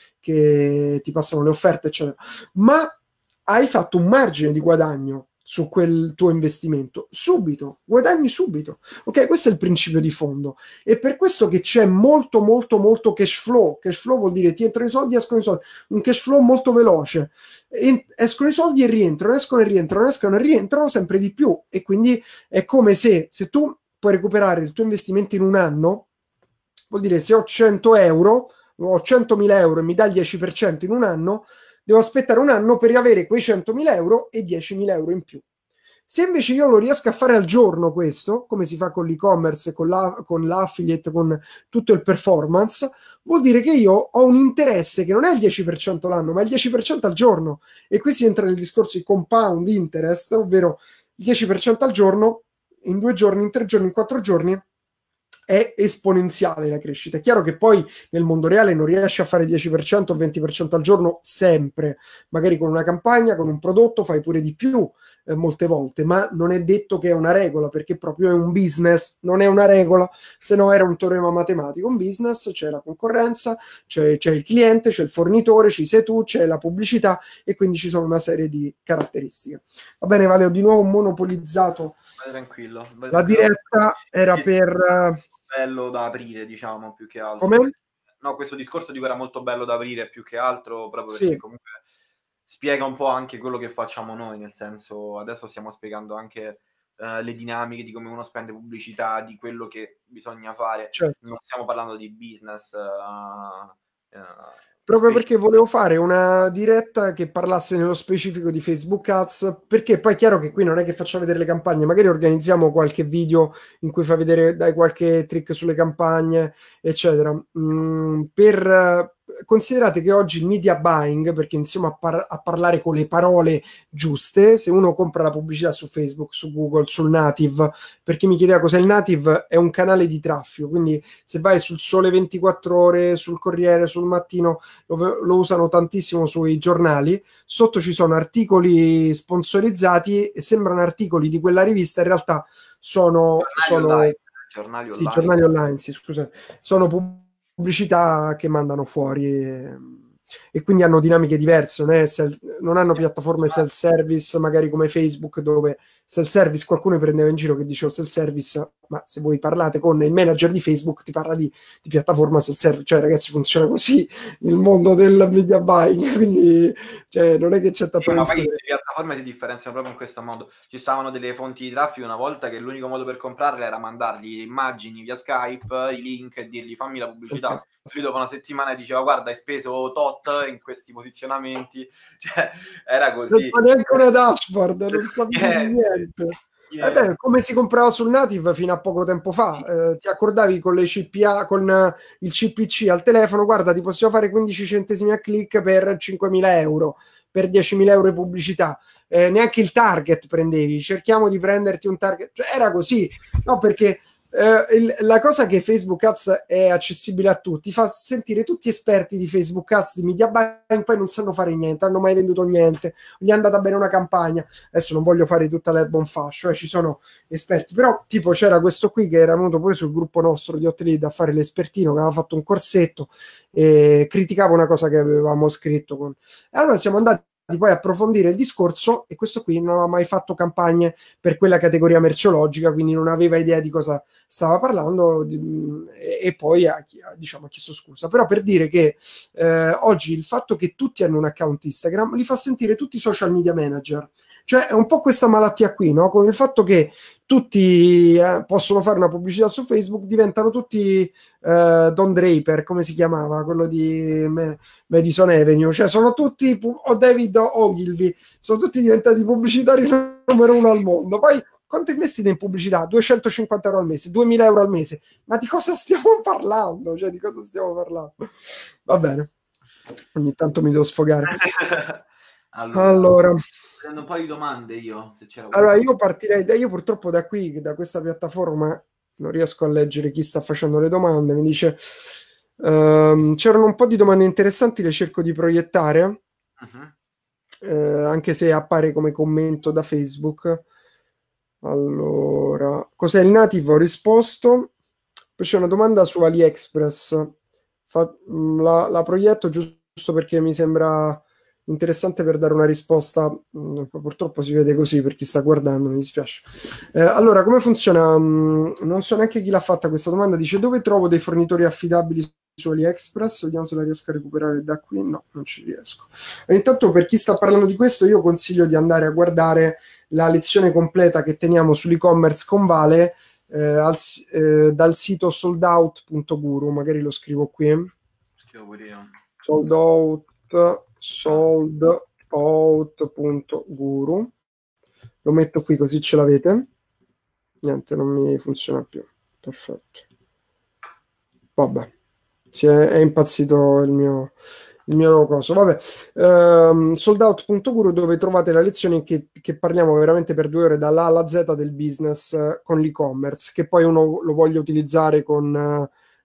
ti passano le offerte, eccetera, ma hai fatto un margine di guadagno su quel tuo investimento subito, guadagni subito. Ok, questo è il principio di fondo. E per questo che c'è molto molto molto cash flow. Cash flow vuol dire ti entrano i soldi, escono i soldi, un cash flow molto veloce. Escono i soldi e rientrano, escono e rientrano, escono e rientrano sempre di più. E quindi è come se tu puoi recuperare il tuo investimento in un anno, vuol dire se ho 100 euro, ho 100.000 euro e mi dà il 10% in un anno, devo aspettare un anno per avere quei 100.000 euro e 10.000 euro in più. Se invece io lo riesco a fare al giorno questo, come si fa con l'e-commerce, con l'affiliate, con tutto il performance, vuol dire che io ho un interesse che non è il 10% l'anno, ma il 10% al giorno. E qui si entra nel discorso di compound interest, ovvero il 10% al giorno, in 2 giorni, in 3 giorni, in 4 giorni, è esponenziale la crescita. È chiaro che poi nel mondo reale non riesci a fare 10% o 20% al giorno sempre, magari con una campagna, con un prodotto fai pure di più molte volte, ma non è detto che è una regola, perché proprio è un business, non è una regola, se no era un teorema matematico. Un business, c'è la concorrenza, c'è il cliente, c'è il fornitore, ci sei tu, c'è la pubblicità e quindi ci sono una serie di caratteristiche. Va bene, Vale, ho di nuovo monopolizzato. Vai tranquillo. La diretta era per... bello da aprire, diciamo, più che altro. Come? No, questo discorso dico era molto bello da aprire più che altro, proprio Sì. perché comunque spiega un po' anche quello che facciamo noi, nel senso, adesso stiamo spiegando anche le dinamiche di come uno spende pubblicità, di quello che bisogna fare. Certo. Non stiamo parlando di business. Proprio perché volevo fare una diretta che parlasse nello specifico di Facebook Ads, perché poi è chiaro che qui non è che faccio vedere le campagne, magari organizziamo qualche video in cui fa vedere, dai, qualche trick sulle campagne, eccetera. Considerate che oggi il media buying, perché iniziamo a parlare con le parole giuste, se uno compra la pubblicità su Facebook, su Google, sul native, per chi mi chiedeva cos'è il native, è un canale di traffico, quindi se vai sul Sole 24 Ore, sul Corriere, sul Mattino, lo usano tantissimo sui giornali, sotto ci sono articoli sponsorizzati e sembrano articoli di quella rivista, in realtà sono giornali online, sì, scusa, sono pubblicità che mandano fuori e quindi hanno dinamiche diverse, non hanno piattaforme self-service magari come Facebook, dove self-service qualcuno prendeva in giro che diceva self-service, ma se voi parlate con il manager di Facebook ti parla di piattaforma self-service, cioè ragazzi funziona così il mondo del media buying, quindi cioè, non è che c'è tanto ma poi le piattaforme si differenziano proprio in questo modo. Ci stavano delle fonti di traffico una volta che l'unico modo per comprarle era mandargli immagini via Skype, i link e dirgli fammi la pubblicità. Okay. Lui dopo una settimana diceva guarda hai speso tot in questi posizionamenti, cioè era così. Senza neanche una dashboard, non sapevi niente. Beh, come si comprava sul native fino a poco tempo fa, ti accordavi con le CPA, con il CPC al telefono, guarda ti possiamo fare 15 centesimi a click per 5.000 euro, per 10.000 euro di pubblicità, neanche il target prendevi, cerchiamo di prenderti un target, cioè, era così, no, perché la cosa che Facebook Ads è accessibile a tutti fa sentire tutti esperti di Facebook Ads, di media buying, poi non sanno fare niente, hanno mai venduto niente, gli è andata bene una campagna. Adesso non voglio fare tutta l'erba un fascio, ci sono esperti, però tipo c'era questo qui che era venuto pure sul gruppo nostro di Hotlead a fare l'espertino, che aveva fatto un corsetto e criticava una cosa che avevamo scritto e allora siamo andati poi approfondire il discorso e questo qui non aveva mai fatto campagne per quella categoria merceologica, quindi non aveva idea di cosa stava parlando e poi ha chiesto scusa. Però per dire che oggi il fatto che tutti hanno un account Instagram li fa sentire tutti social media manager, cioè è un po' questa malattia qui, no? Con il fatto che tutti possono fare una pubblicità su Facebook, diventano tutti Don Draper, come si chiamava, quello di Madison Avenue, cioè sono tutti, o David Ogilvy, sono tutti diventati pubblicitari numero 1 al mondo. Poi quanto investite in pubblicità? 250 euro al mese, 2000 euro al mese, ma di cosa stiamo parlando? Cioè di cosa stiamo parlando? Va bene, ogni tanto mi devo sfogare. Allora prendo un po' di domande io, se c'era allora io partirei io purtroppo da qui, da questa piattaforma non riesco a leggere chi sta facendo le domande, mi dice c'erano un po' di domande interessanti, le cerco di proiettare anche se appare come commento da Facebook. Allora, cos'è il native? Ho risposto. Poi c'è una domanda su AliExpress, la proietto giusto perché mi sembra interessante per dare una risposta. Purtroppo si vede così per chi sta guardando, mi dispiace. Allora, come funziona? Non so neanche chi l'ha fatta questa domanda. Dice dove trovo dei fornitori affidabili su AliExpress? Vediamo se la riesco a recuperare da qui. No, non ci riesco. E intanto per chi sta parlando di questo io consiglio di andare a guardare la lezione completa che teniamo sull'e-commerce con Vale dal sito soldout.guru, magari lo scrivo qui. Scrivo pure io. soldout.guru, lo metto qui così ce l'avete. Niente, non mi funziona più. Perfetto. Vabbè, è impazzito il mio coso. Vabbè, soldout.guru, dove trovate la lezione che parliamo veramente per 2 ore dalla A alla Z del business con l'e-commerce, che poi uno lo voglia utilizzare con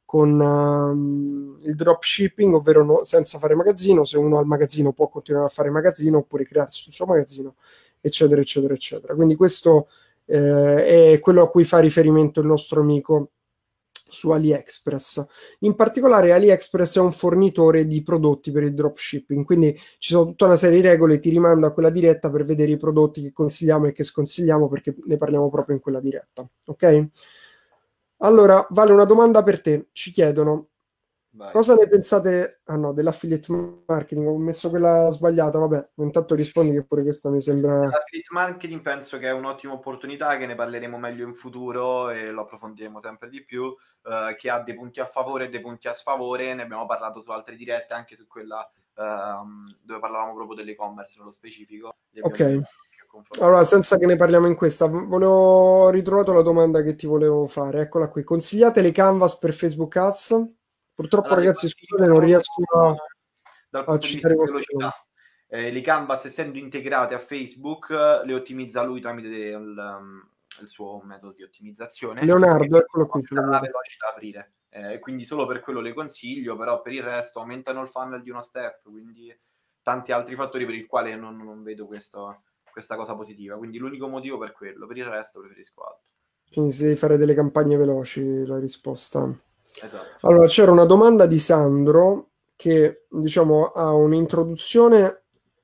il dropshipping, ovvero senza fare magazzino. Se uno ha il magazzino può continuare a fare magazzino, oppure crearsi il suo magazzino, eccetera, eccetera, eccetera. Quindi questo è quello a cui fa riferimento il nostro amico su AliExpress. In particolare AliExpress è un fornitore di prodotti per il dropshipping, quindi ci sono tutta una serie di regole, ti rimando a quella diretta per vedere i prodotti che consigliamo e che sconsigliamo, perché ne parliamo proprio in quella diretta, ok? Allora, Vale, una domanda per te. Ci chiedono: vai. Cosa ne pensate? Ah no, dell'affiliate marketing, ho messo quella sbagliata, vabbè, intanto rispondi che pure questa mi sembra... L'affiliate marketing penso che è un'ottima opportunità, che ne parleremo meglio in futuro e lo approfondiremo sempre di più, che ha dei punti a favore e dei punti a sfavore. Ne abbiamo parlato su altre dirette, anche su quella dove parlavamo proprio dell'e-commerce nello specifico. Ok. Allora, senza che ne parliamo in questa, ho ritrovato la domanda che ti volevo fare, eccola qui. Consigliate le Canvas per Facebook Ads? Purtroppo, allora, ragazzi, scusate, non riesco a citare i vostri nomi. Le Canvas, essendo integrate a Facebook, le ottimizza lui tramite il suo metodo di ottimizzazione. Leonardo, eccolo qui. La velocità aprire. Quindi solo per quello le consiglio, però per il resto aumentano il funnel di uno step, quindi tanti altri fattori per il quale non vedo questa cosa positiva. Quindi l'unico motivo per quello, per il resto preferisco altro. Quindi se devi fare delle campagne veloci, la risposta. Esatto. Allora, c'era una domanda di Sandro che, diciamo, ha un'introduzione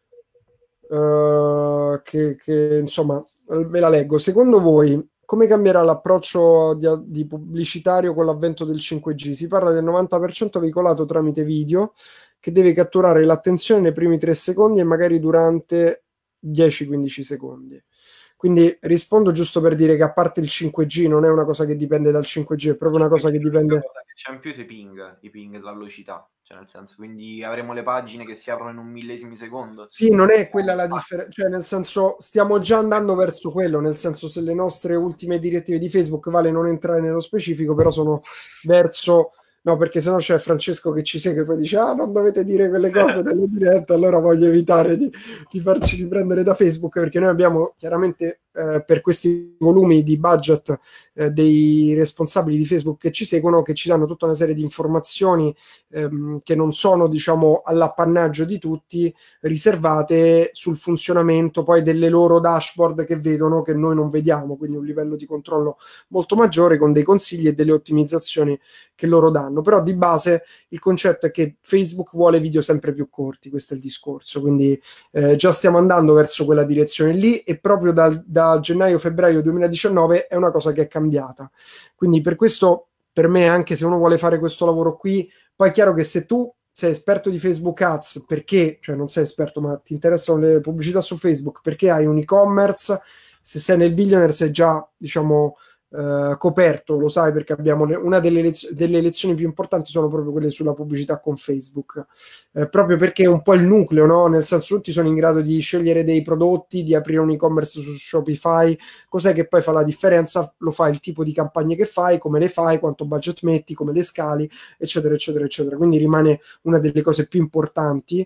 che insomma, ve la leggo. Secondo voi, come cambierà l'approccio di pubblicitario con l'avvento del 5G? Si parla del 90% veicolato tramite video, che deve catturare l'attenzione nei primi 3 secondi e magari durante 10-15 secondi. Quindi rispondo giusto per dire che, a parte il 5G, non è una cosa che dipende dal 5G, è proprio una cosa che dipende... C'è in più i ping della velocità, cioè nel senso, quindi avremo le pagine che si aprono in un millesimo di secondo. Sì, non è quella la differenza, cioè nel senso, stiamo già andando verso quello, nel senso, se le nostre ultime direttive di Facebook, Vale non entrare nello specifico, però sono verso... No, perché sennò c'è Francesco che ci segue e poi dice: ah, non dovete dire quelle cose nelle dirette, allora voglio evitare di farci riprendere da Facebook, perché noi abbiamo chiaramente per questi volumi di budget dei responsabili di Facebook che ci seguono, che ci danno tutta una serie di informazioni che non sono, diciamo, all'appannaggio di tutti, riservate sul funzionamento poi delle loro dashboard che vedono, che noi non vediamo, quindi un livello di controllo molto maggiore, con dei consigli e delle ottimizzazioni che loro danno. Però di base il concetto è che Facebook vuole video sempre più corti, questo è il discorso, quindi già stiamo andando verso quella direzione lì, e proprio da gennaio-febbraio 2019 è una cosa che è cambiata. Quindi per questo, per me, anche se uno vuole fare questo lavoro qui, poi è chiaro che se tu sei esperto di Facebook Ads, perché, cioè non sei esperto ma ti interessano le pubblicità su Facebook, perché hai un e-commerce, se sei nel billionaire sei già, diciamo, coperto, lo sai, perché abbiamo una delle lezioni più importanti sono proprio quelle sulla pubblicità con Facebook, proprio perché è un po' il nucleo, no? Nel senso, tutti sono in grado di scegliere dei prodotti, di aprire un e-commerce su Shopify. Cos'è che poi fa la differenza? Lo fa il tipo di campagne che fai, come le fai, quanto budget metti, come le scali, eccetera, eccetera, eccetera. Quindi rimane una delle cose più importanti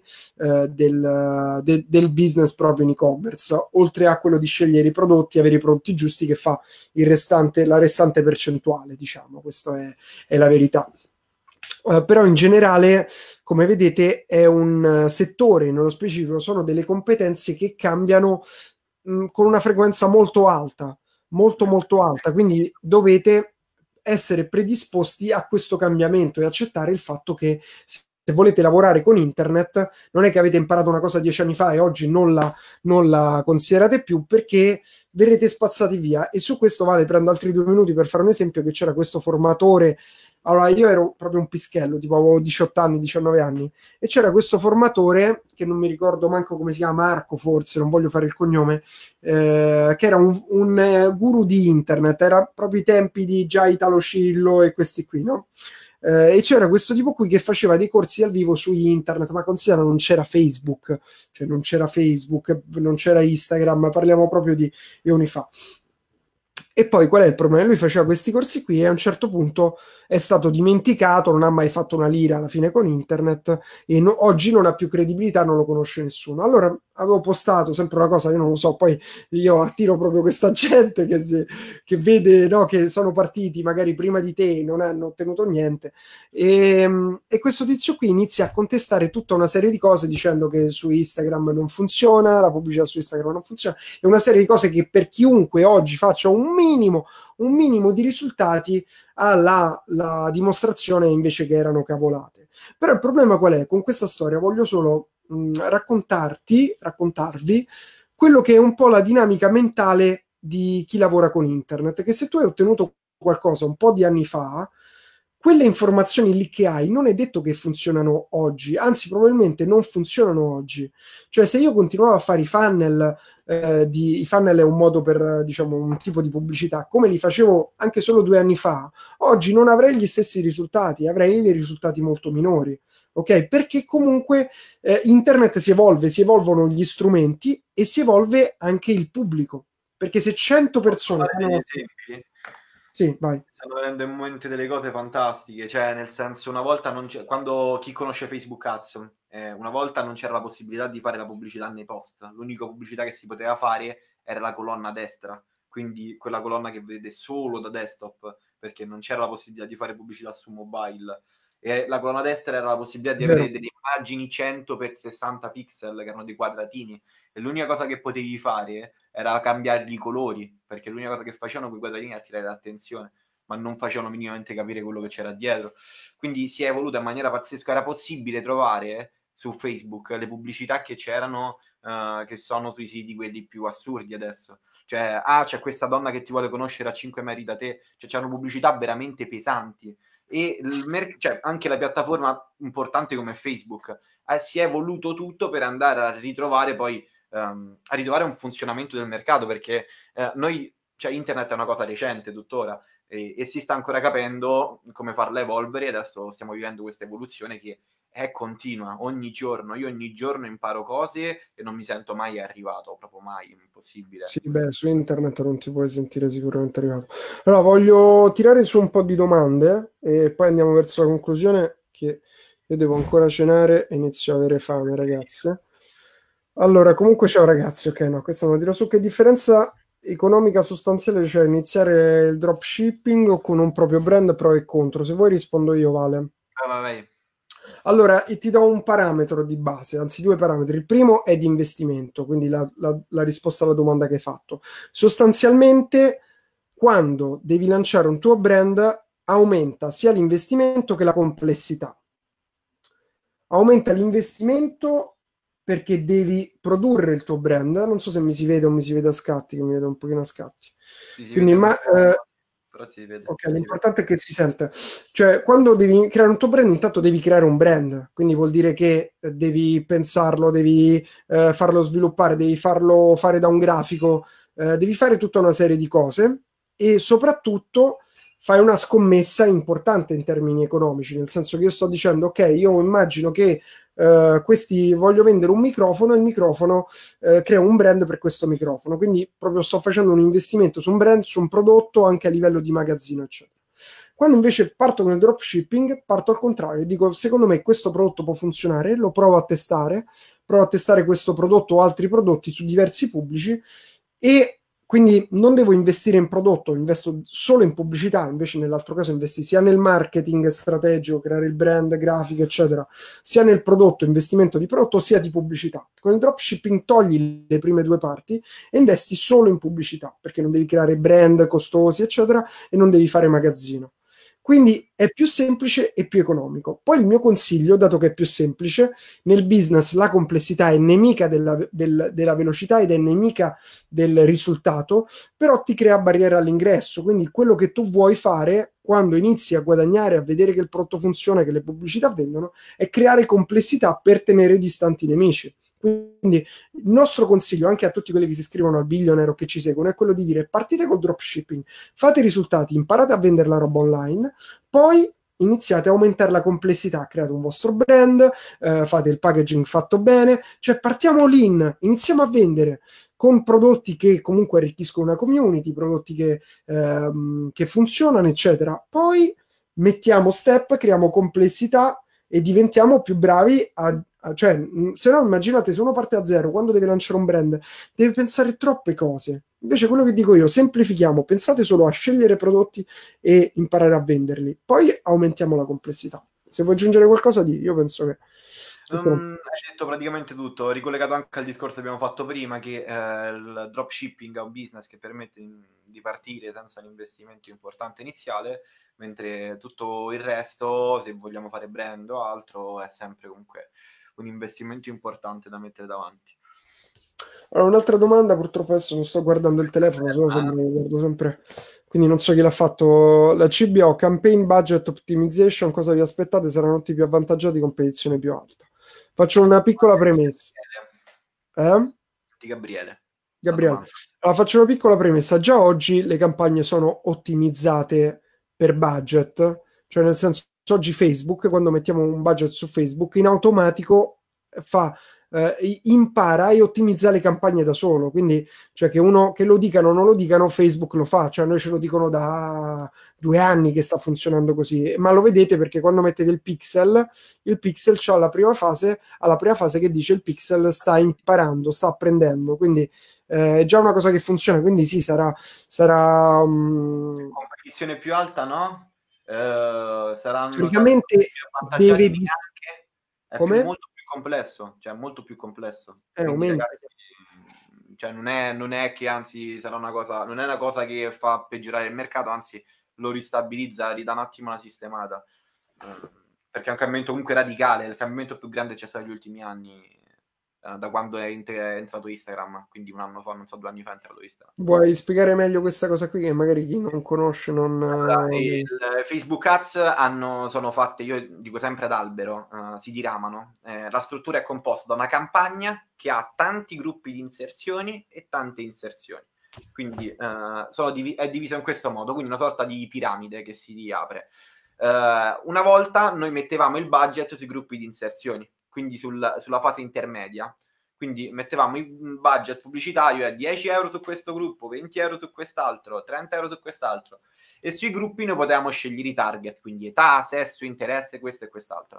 del business proprio in e-commerce, oltre a quello di scegliere i prodotti, avere i prodotti giusti, che fa la restante percentuale, diciamo. Questa è la verità. Però in generale, come vedete, è un settore, nello specifico sono delle competenze che cambiano con una frequenza molto alta, molto alta, quindi dovete essere predisposti a questo cambiamento e accettare il fatto che se volete lavorare con internet, non è che avete imparato una cosa 10 anni fa e oggi non la considerate più, perché verrete spazzati via. E su questo prendo altri 2 minuti per fare un esempio, che c'era questo formatore. Allora, io ero proprio un pischello, tipo avevo 18 anni, 19 anni, e c'era questo formatore, che non mi ricordo manco come si chiama, Marco forse, non voglio fare il cognome, che era un guru di internet, era proprio i tempi di già Italo Scillo e questi qui, no? E c'era questo tipo qui che faceva dei corsi dal vivo su internet, ma considera non c'era Facebook, cioè non c'era Facebook, non c'era Instagram, parliamo proprio di eoni fa. E poi qual è il problema? Lui faceva questi corsi qui e a un certo punto è stato dimenticato, non ha mai fatto una lira alla fine con internet e oggi non ha più credibilità, non lo conosce nessuno. Allora avevo postato sempre una cosa, io non lo so, poi io attiro proprio questa gente che vede, no, che sono partiti magari prima di te e non hanno ottenuto niente. E questo tizio qui inizia a contestare tutta una serie di cose dicendo che su Instagram non funziona, la pubblicità su Instagram non funziona, e una serie di cose che per chiunque oggi faccia un minimo di risultati ha la dimostrazione invece che erano cavolate. Però il problema qual è? Con questa storia voglio solo raccontarvi quello che è un po' la dinamica mentale di chi lavora con internet, che se tu hai ottenuto qualcosa un po' di anni fa, quelle informazioni lì che hai non è detto che funzionano oggi, anzi probabilmente non funzionano oggi. Cioè se io continuavo a fare i funnel, i funnel è un modo per, diciamo, un tipo di pubblicità, come li facevo anche solo 2 anni fa, oggi non avrei gli stessi risultati, avrei dei risultati molto minori. Ok? Perché comunque internet si evolve, si evolvono gli strumenti e si evolve anche il pubblico. Perché se 100 persone fanno la stessa... Sì, vai. Stanno venendo in mente delle cose fantastiche, cioè nel senso una volta quando chi conosce Facebook Ads, una volta non c'era la possibilità di fare la pubblicità nei post, l'unica pubblicità che si poteva fare era la colonna a destra, quindi quella colonna che vedete solo da desktop, perché non c'era la possibilità di fare pubblicità su mobile. E la colonna destra era la possibilità di avere delle immagini 100x60 pixel, che erano dei quadratini, e l'unica cosa che potevi fare era cambiargli i colori, perché l'unica cosa che facevano quei quadratini era attirare l'attenzione, ma non facevano minimamente capire quello che c'era dietro. Quindi si è evoluta in maniera pazzesca. Era possibile trovare su Facebook le pubblicità che c'erano, che sono sui siti quelli più assurdi adesso. Cioè, c'è questa donna che ti vuole conoscere a 5 metri da te. Cioè, c'erano pubblicità veramente pesanti. E cioè, anche la piattaforma importante come Facebook si è evoluto tutto per andare a ritrovare poi a ritrovare un funzionamento del mercato, perché cioè internet è una cosa recente tuttora e si sta ancora capendo come farla evolvere. Adesso stiamo vivendo questa evoluzione che è continua, ogni giorno imparo cose e non mi sento mai arrivato, proprio mai, impossibile. Sì, beh, su internet non ti puoi sentire sicuramente arrivato. Allora, voglio tirare su un po' di domande e poi andiamo verso la conclusione, che io devo ancora cenare e inizio a avere fame, ragazzi. Allora, comunque ciao ragazzi, ok, no, questo me lo tiro su. Che differenza economica sostanziale c'è iniziare il dropshipping o con un proprio brand, pro e contro? Se vuoi rispondo io, Vale. Vai. Allora, ti do un parametro di base, anzi 2 parametri. Il primo è di investimento, quindi la risposta alla domanda che hai fatto. Sostanzialmente, quando devi lanciare un tuo brand, aumenta sia l'investimento che la complessità. Aumenta l'investimento perché devi produrre il tuo brand. Non so se mi si vede o mi si vede a scatti, che mi vede un pochino a scatti. Sì, quindi, però si vede. Ok, l'importante è che si sente. Cioè, quando devi creare un tuo brand, intanto devi creare un brand, quindi vuol dire che devi pensarlo, devi farlo sviluppare, devi farlo fare da un grafico, devi fare tutta una serie di cose e soprattutto fai una scommessa importante in termini economici, nel senso che io sto dicendo, ok, io immagino che voglio vendere un microfono, e il microfono creo un brand per questo microfono, quindi proprio sto facendo un investimento su un brand, su un prodotto anche a livello di magazzino, eccetera. Quando invece parto con il dropshipping, parto al contrario, dico secondo me questo prodotto può funzionare, lo provo a testare questo prodotto o altri prodotti su diversi pubblici e quindi non devo investire in prodotto, investo solo in pubblicità, invece nell'altro caso investi sia nel marketing strategico, creare il brand, grafica, eccetera, sia nel prodotto, investimento di prodotto, sia di pubblicità. Con il dropshipping togli le prime 2 parti e investi solo in pubblicità, perché non devi creare brand costosi, eccetera, e non devi fare magazzino. Quindi è più semplice e più economico. Poi il mio consiglio, dato che è più semplice, nel business la complessità è nemica della velocità ed è nemica del risultato, però ti crea barriera all'ingresso. Quindi quello che tu vuoi fare quando inizi a guadagnare, a vedere che il prodotto funziona, che le pubblicità vendono, è creare complessità per tenere distanti i nemici. Quindi il nostro consiglio anche a tutti quelli che si iscrivono al Billionaire o che ci seguono è quello di dire: partite col dropshipping, fate i risultati, imparate a vendere la roba online, poi iniziate a aumentare la complessità, create un vostro brand, fate il packaging fatto bene, cioè partiamo lean, iniziamo a vendere con prodotti che comunque arricchiscono una community, prodotti che funzionano, eccetera. Poi mettiamo step, creiamo complessità e diventiamo più bravi cioè, se no immaginate, se uno parte da zero, quando deve lanciare un brand, deve pensare troppe cose. Invece quello che dico io, semplifichiamo, pensate solo a scegliere prodotti e imparare a venderli. Poi aumentiamo la complessità. Se vuoi aggiungere qualcosa di, io penso che... Hai detto praticamente tutto, ricollegato anche al discorso che abbiamo fatto prima, che il dropshipping è un business che permette di partire senza un investimento importante iniziale, mentre tutto il resto, se vogliamo fare brand o altro, è sempre comunque un investimento importante da mettere davanti. Allora, un'altra domanda, purtroppo adesso non sto guardando il telefono, guardo sempre, quindi non so chi l'ha fatto. La CBO, Campaign Budget Optimization, cosa vi aspettate? Saranno tutti più avvantaggiati, competizione più alta. Faccio una piccola premessa. Di Gabriele. Allora, faccio una piccola premessa. Già oggi le campagne sono ottimizzate per budget, cioè nel senso, oggi Facebook, quando mettiamo un budget su Facebook, in automatico impara e ottimizza le campagne da solo. Quindi, cioè che uno che lo dicano o non lo dicano, Facebook lo fa. Cioè noi ce lo dicono da 2 anni che sta funzionando così, ma lo vedete perché quando mettete il pixel c'ha alla prima fase che dice il pixel sta imparando, sta apprendendo, quindi è già una cosa che funziona, quindi sì, sarà competizione più alta, no? Saranno praticamente deve è molto più complesso, cioè molto più complesso. Ragazzi, cioè non è che anzi sarà una cosa, non è una cosa che fa peggiorare il mercato, anzi lo ristabilizza, ridà un attimo una sistemata, perché è un cambiamento comunque radicale, il cambiamento più grande c'è stato negli ultimi anni, da quando è entrato Instagram, quindi un anno fa, non so, 2 anni fa è entrato Instagram. Vuoi spiegare meglio questa cosa qui, che magari chi non conosce non... Allora, il Facebook Ads sono fatte, io dico sempre ad albero, si diramano. La struttura è composta da una campagna che ha tanti gruppi di inserzioni e tante inserzioni. Quindi è diviso in questo modo, quindi una sorta di piramide che si riapre. Una volta noi mettevamo il budget sui gruppi di inserzioni, quindi sulla fase intermedia. Quindi mettevamo il budget pubblicitario a 10 euro su questo gruppo, 20 euro su quest'altro, 30 euro su quest'altro. E sui gruppi noi potevamo scegliere i target, quindi età, sesso, interesse, questo e quest'altro.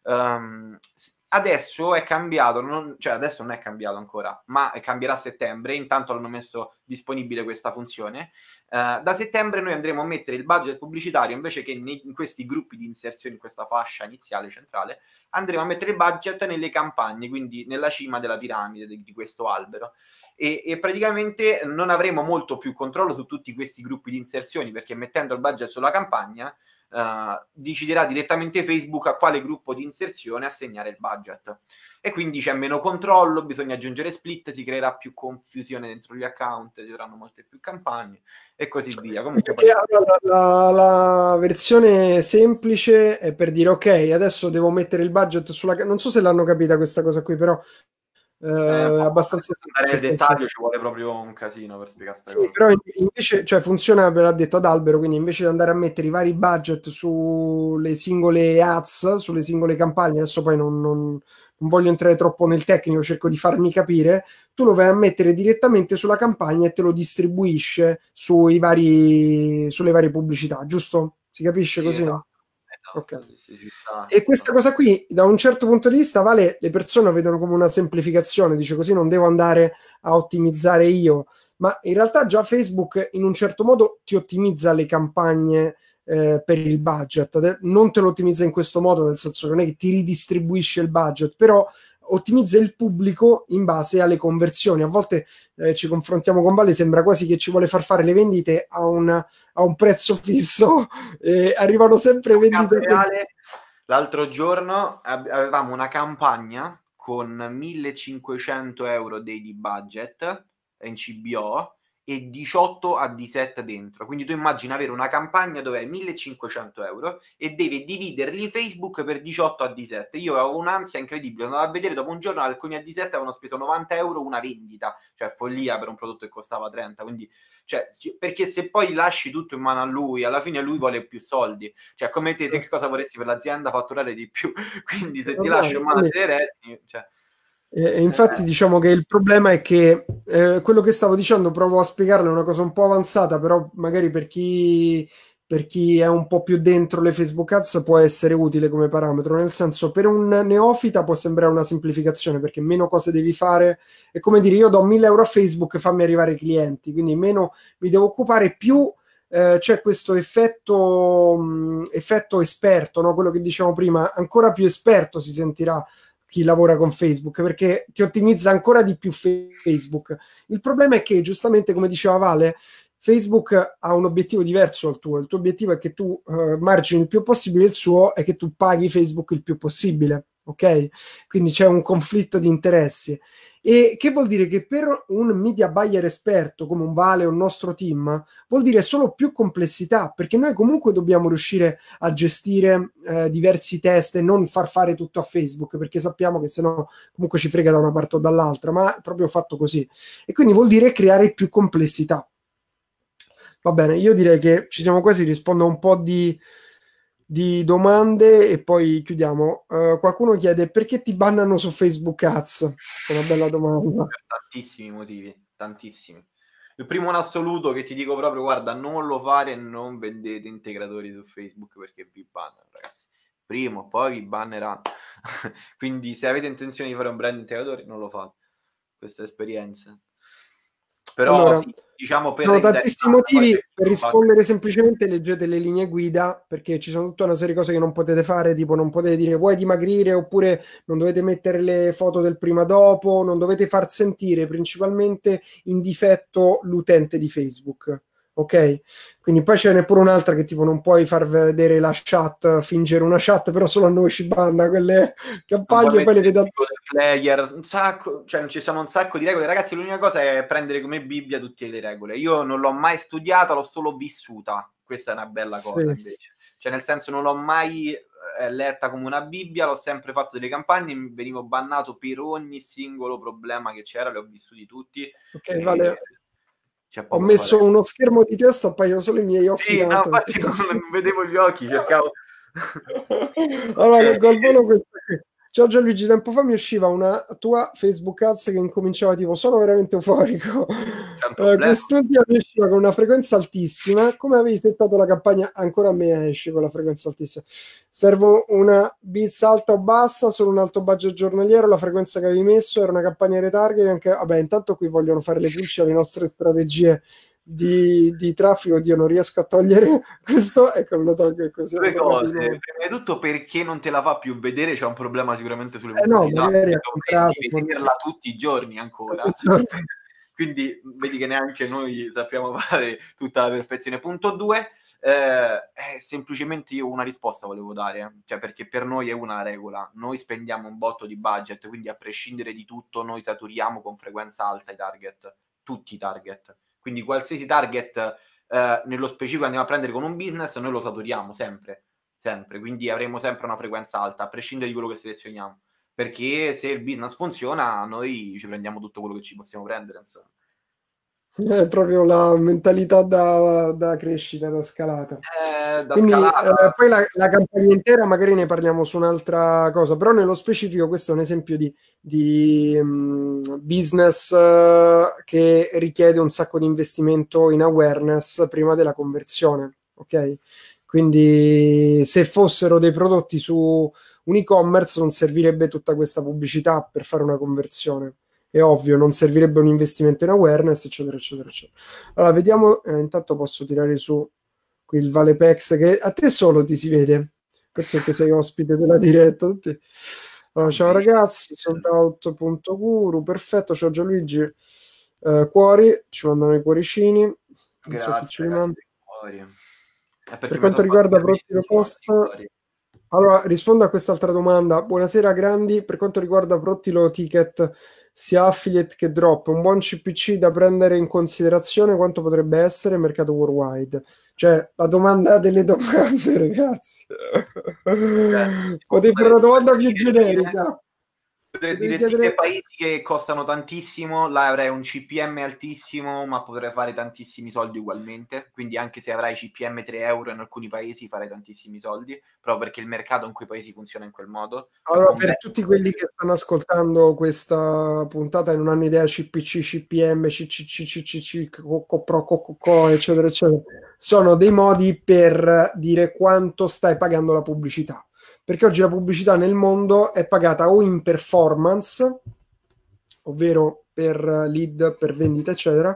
Adesso è cambiato, cioè adesso non è cambiato ancora, ma cambierà a settembre, intanto hanno messo disponibile questa funzione. Da settembre noi andremo a mettere il budget pubblicitario, invece che in questi gruppi di inserzione, in questa fascia iniziale centrale, andremo a mettere il budget nelle campagne, quindi nella cima della piramide di questo albero. E praticamente non avremo molto più controllo su tutti questi gruppi di inserzioni, perché mettendo il budget sulla campagna deciderà direttamente Facebook a quale gruppo di inserzione assegnare il budget, e quindi c'è meno controllo, bisogna aggiungere split, si creerà più confusione dentro gli account, ci saranno molte più campagne e così via. Comunque poi... la versione semplice è per dire ok, adesso devo mettere il budget sulla... non so se l'hanno capita questa cosa qui, però abbastanza andare nel dettaglio ci vuole proprio un casino per spiegare questa cosa. Però invece, cioè, funziona, ve l'ha detto ad albero, quindi invece di andare a mettere i vari budget sulle singole ads, sulle singole campagne, adesso poi non voglio entrare troppo nel tecnico, cerco di farmi capire, tu lo vai a mettere direttamente sulla campagna e te lo distribuisce sulle varie pubblicità, giusto? Si capisce così? Esatto. Okay. E questa cosa qui, da un certo punto di vista, Vale, le persone lo vedono come una semplificazione, dice così non devo andare a ottimizzare io, ma in realtà già Facebook in un certo modo ti ottimizza le campagne per il budget, non te lo ottimizza in questo modo, nel senso che non è che ti ridistribuisce il budget, però ottimizza il pubblico in base alle conversioni. A volte ci confrontiamo con Vale, sembra quasi che ci vuole far fare le vendite a un prezzo fisso, e arrivano sempre vendite reale. L'altro giorno avevamo una campagna con 1.500 euro di budget in CBO e 18 a D7 dentro. Quindi tu immagini avere una campagna dove hai 1.500 euro e devi dividerli Facebook per 18 a D7. Io avevo un'ansia incredibile, andavo a vedere dopo un giorno alcuni a D7 avevano speso 90 euro una vendita, cioè follia per un prodotto che costava 30, quindi perché se poi lasci tutto in mano a lui, alla fine lui vuole più soldi, cioè come te che cosa vorresti per l'azienda? Fatturare di più, quindi se ti lascio in mano a te retti, cioè. E infatti diciamo che il problema è che quello che stavo dicendo, provo a spiegarlo, è una cosa un po' avanzata, però magari per chi è un po' più dentro le Facebook Ads può essere utile come parametro, nel senso, per un neofita può sembrare una semplificazione perché meno cose devi fare, è come dire io do 1.000 euro a Facebook, fammi arrivare i clienti, quindi meno mi devo occupare, più c'è questo effetto esperto, no? Quello che dicevamo prima, ancora più esperto si sentirà chi lavora con Facebook, perché ti ottimizza ancora di più Facebook. Il problema è che, giustamente come diceva Vale, Facebook ha un obiettivo diverso dal tuo. Il tuo obiettivo è che tu margini il più possibile, il suo è che tu paghi Facebook il più possibile, ok? Quindi c'è un conflitto di interessi. E che vuol dire che per un media buyer esperto come un Vale o un nostro team vuol dire solo più complessità, perché noi comunque dobbiamo riuscire a gestire diversi test e non far fare tutto a Facebook, perché sappiamo che sennò comunque ci frega da una parte o dall'altra, ma è proprio fatto così. E quindi vuol dire creare più complessità. Va bene, io direi che ci siamo quasi, rispondo a un po' di domande e poi chiudiamo. Qualcuno chiede perché ti bannano su Facebook Ads? Questa è una bella domanda. Per tantissimi motivi, tantissimi. Il primo in assoluto che ti dico proprio, guarda, non lo fare e non vendete integratori su Facebook perché vi bannano, ragazzi. Primo, poi vi banneranno. Quindi se avete intenzione di fare un brand integratore, non lo fate. Questa esperienza. Però allora, sì, diciamo ci sono tantissimi motivi. Per rispondere semplicemente leggete le linee guida, perché ci sono tutta una serie di cose che non potete fare, tipo non potete dire vuoi dimagrire, oppure non dovete mettere le foto del prima dopo, non dovete far sentire principalmente in difetto l'utente di Facebook, ok? Quindi poi ce n'è pure un'altra che tipo non puoi far vedere la chat, fingere una chat, però solo a noi ci banna quelle campagne, poi le vedo player, un sacco, cioè ci sono un sacco di regole, ragazzi. L'unica cosa è prendere come Bibbia tutte le regole. Io non l'ho mai studiata, l'ho solo vissuta. Questa è una bella cosa, invece, cioè nel senso non l'ho mai letta come una Bibbia, l'ho sempre fatto delle campagne, mi venivo bannato per ogni singolo problema che c'era, li ho vissuti tutti. Ok, Vale. Ho messo uno schermo di testa, appaiono solo i miei occhi. Sì, no, infatti non vedevo gli occhi, cercavo. Allora, col volo questo qui. Ciao Gianluigi, tempo fa mi usciva una tua Facebook Ads che incominciava tipo sono veramente euforico. Quest'ultima mi usciva con una frequenza altissima. Come avevi settato la campagna? Ancora a me esce con la frequenza altissima. Servo una bits alta o bassa, solo un alto budget giornaliero, la frequenza che avevi messo era una campagna retarget. Anche... Vabbè, intanto qui vogliono fare le pulci alle nostre strategie di traffico. Io non riesco a togliere questo, ecco, lo tolgo così. Due cose, prima di tutto perché non te la fa più vedere, c'è un problema sicuramente sulle pubblicità, dovresti vederla tutti i giorni ancora. Quindi vedi che neanche noi sappiamo fare tutta la perfezione. Punto 2, semplicemente io una risposta volevo dare, cioè perché per noi è una regola, noi spendiamo un botto di budget, quindi a prescindere di tutto noi saturiamo con frequenza alta i target, tutti i target, quindi qualsiasi target nello specifico andiamo a prendere con un business, noi lo saturiamo sempre, quindi avremo sempre una frequenza alta a prescindere di quello che selezioniamo, perché se il business funziona noi ci prendiamo tutto quello che ci possiamo prendere, insomma. È proprio la mentalità da crescita, da scalata. Quindi scalata. poi la campagna intera magari ne parliamo su un'altra cosa, però nello specifico questo è un esempio di business che richiede un sacco di investimento in awareness prima della conversione, ok? Quindi se fossero dei prodotti su un e-commerce non servirebbe tutta questa pubblicità per fare una conversione. È ovvio, non servirebbe un investimento in awareness, eccetera, eccetera, eccetera. Allora, vediamo, intanto posso tirare su qui il Valepex, che a te solo ti si vede, forse che sei ospite della diretta. Allora, ciao ragazzi, soldout.guru, perfetto, ciao Gianluigi, cuori, ci mandano i cuoricini, non so chi ce li manda. Per quanto riguarda prodotti low cost, allora rispondo a quest'altra domanda. Buonasera Grandi, per quanto riguarda prodotti low ticket, sia affiliate che drop, un buon CPC da prendere in considerazione quanto potrebbe essere il mercato worldwide? Cioè, la domanda delle domande, ragazzi. Potevi fare una domanda più generica. Potrei dire chiedere... paesi che costano tantissimo, là avrai un CPM altissimo, ma potrai fare tantissimi soldi ugualmente. Quindi anche se avrai CPM 3 euro in alcuni paesi farai tantissimi soldi, proprio perché il mercato in quei paesi funziona in quel modo. Allora, per tutti quelli che stanno ascoltando questa puntata e non hanno idea CPC, CPM, CCCCC, COCO, eccetera, eccetera, sono dei modi per dire quanto stai pagando la pubblicità. Perché oggi la pubblicità nel mondo è pagata o in performance, ovvero per lead, per vendita, eccetera,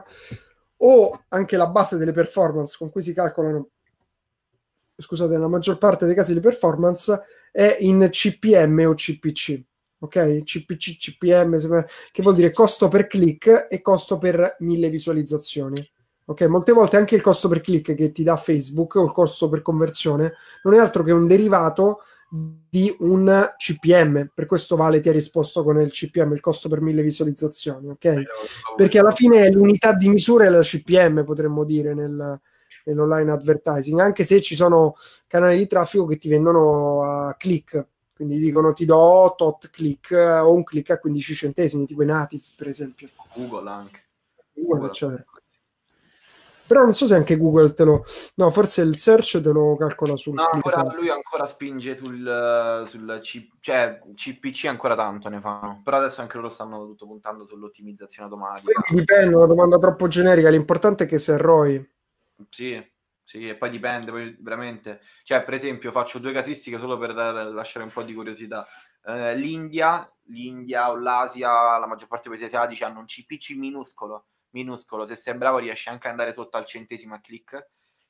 o anche la base delle performance con cui si calcolano, scusate, nella maggior parte dei casi di performance è in CPM o CPC. Ok? CPC, CPM, che vuol dire costo per click e costo per 1000 visualizzazioni. Ok, molte volte anche il costo per click che ti dà Facebook o il costo per conversione non è altro che un derivato di un CPM, per questo Vale ti ha risposto con il CPM, il costo per 1000 visualizzazioni, ok? Perché alla fine l'unità di misura è la CPM, potremmo dire, nell'online advertising, anche se ci sono canali di traffico che ti vendono a click, quindi dicono ti do tot click o un click a 15 centesimi, tipo i Native, per esempio. Google anche. Google, eccetera. Però non so se anche Google te lo... No, forse il search te lo calcola sul click. Ancora, lui ancora spinge sul cioè CPC ancora tanto ne fanno. Però adesso anche loro stanno tutto puntando sull'ottimizzazione automatica. Quindi dipende, è una domanda troppo generica. L'importante è che se ROI. Sì, e poi dipende, poi veramente. Cioè, per esempio, faccio due casistiche solo per lasciare un po' di curiosità. L'India o l'Asia, la maggior parte dei paesi asiatici hanno un CPC minuscolo. Se sei bravo riesci anche ad andare sotto al centesimo a click.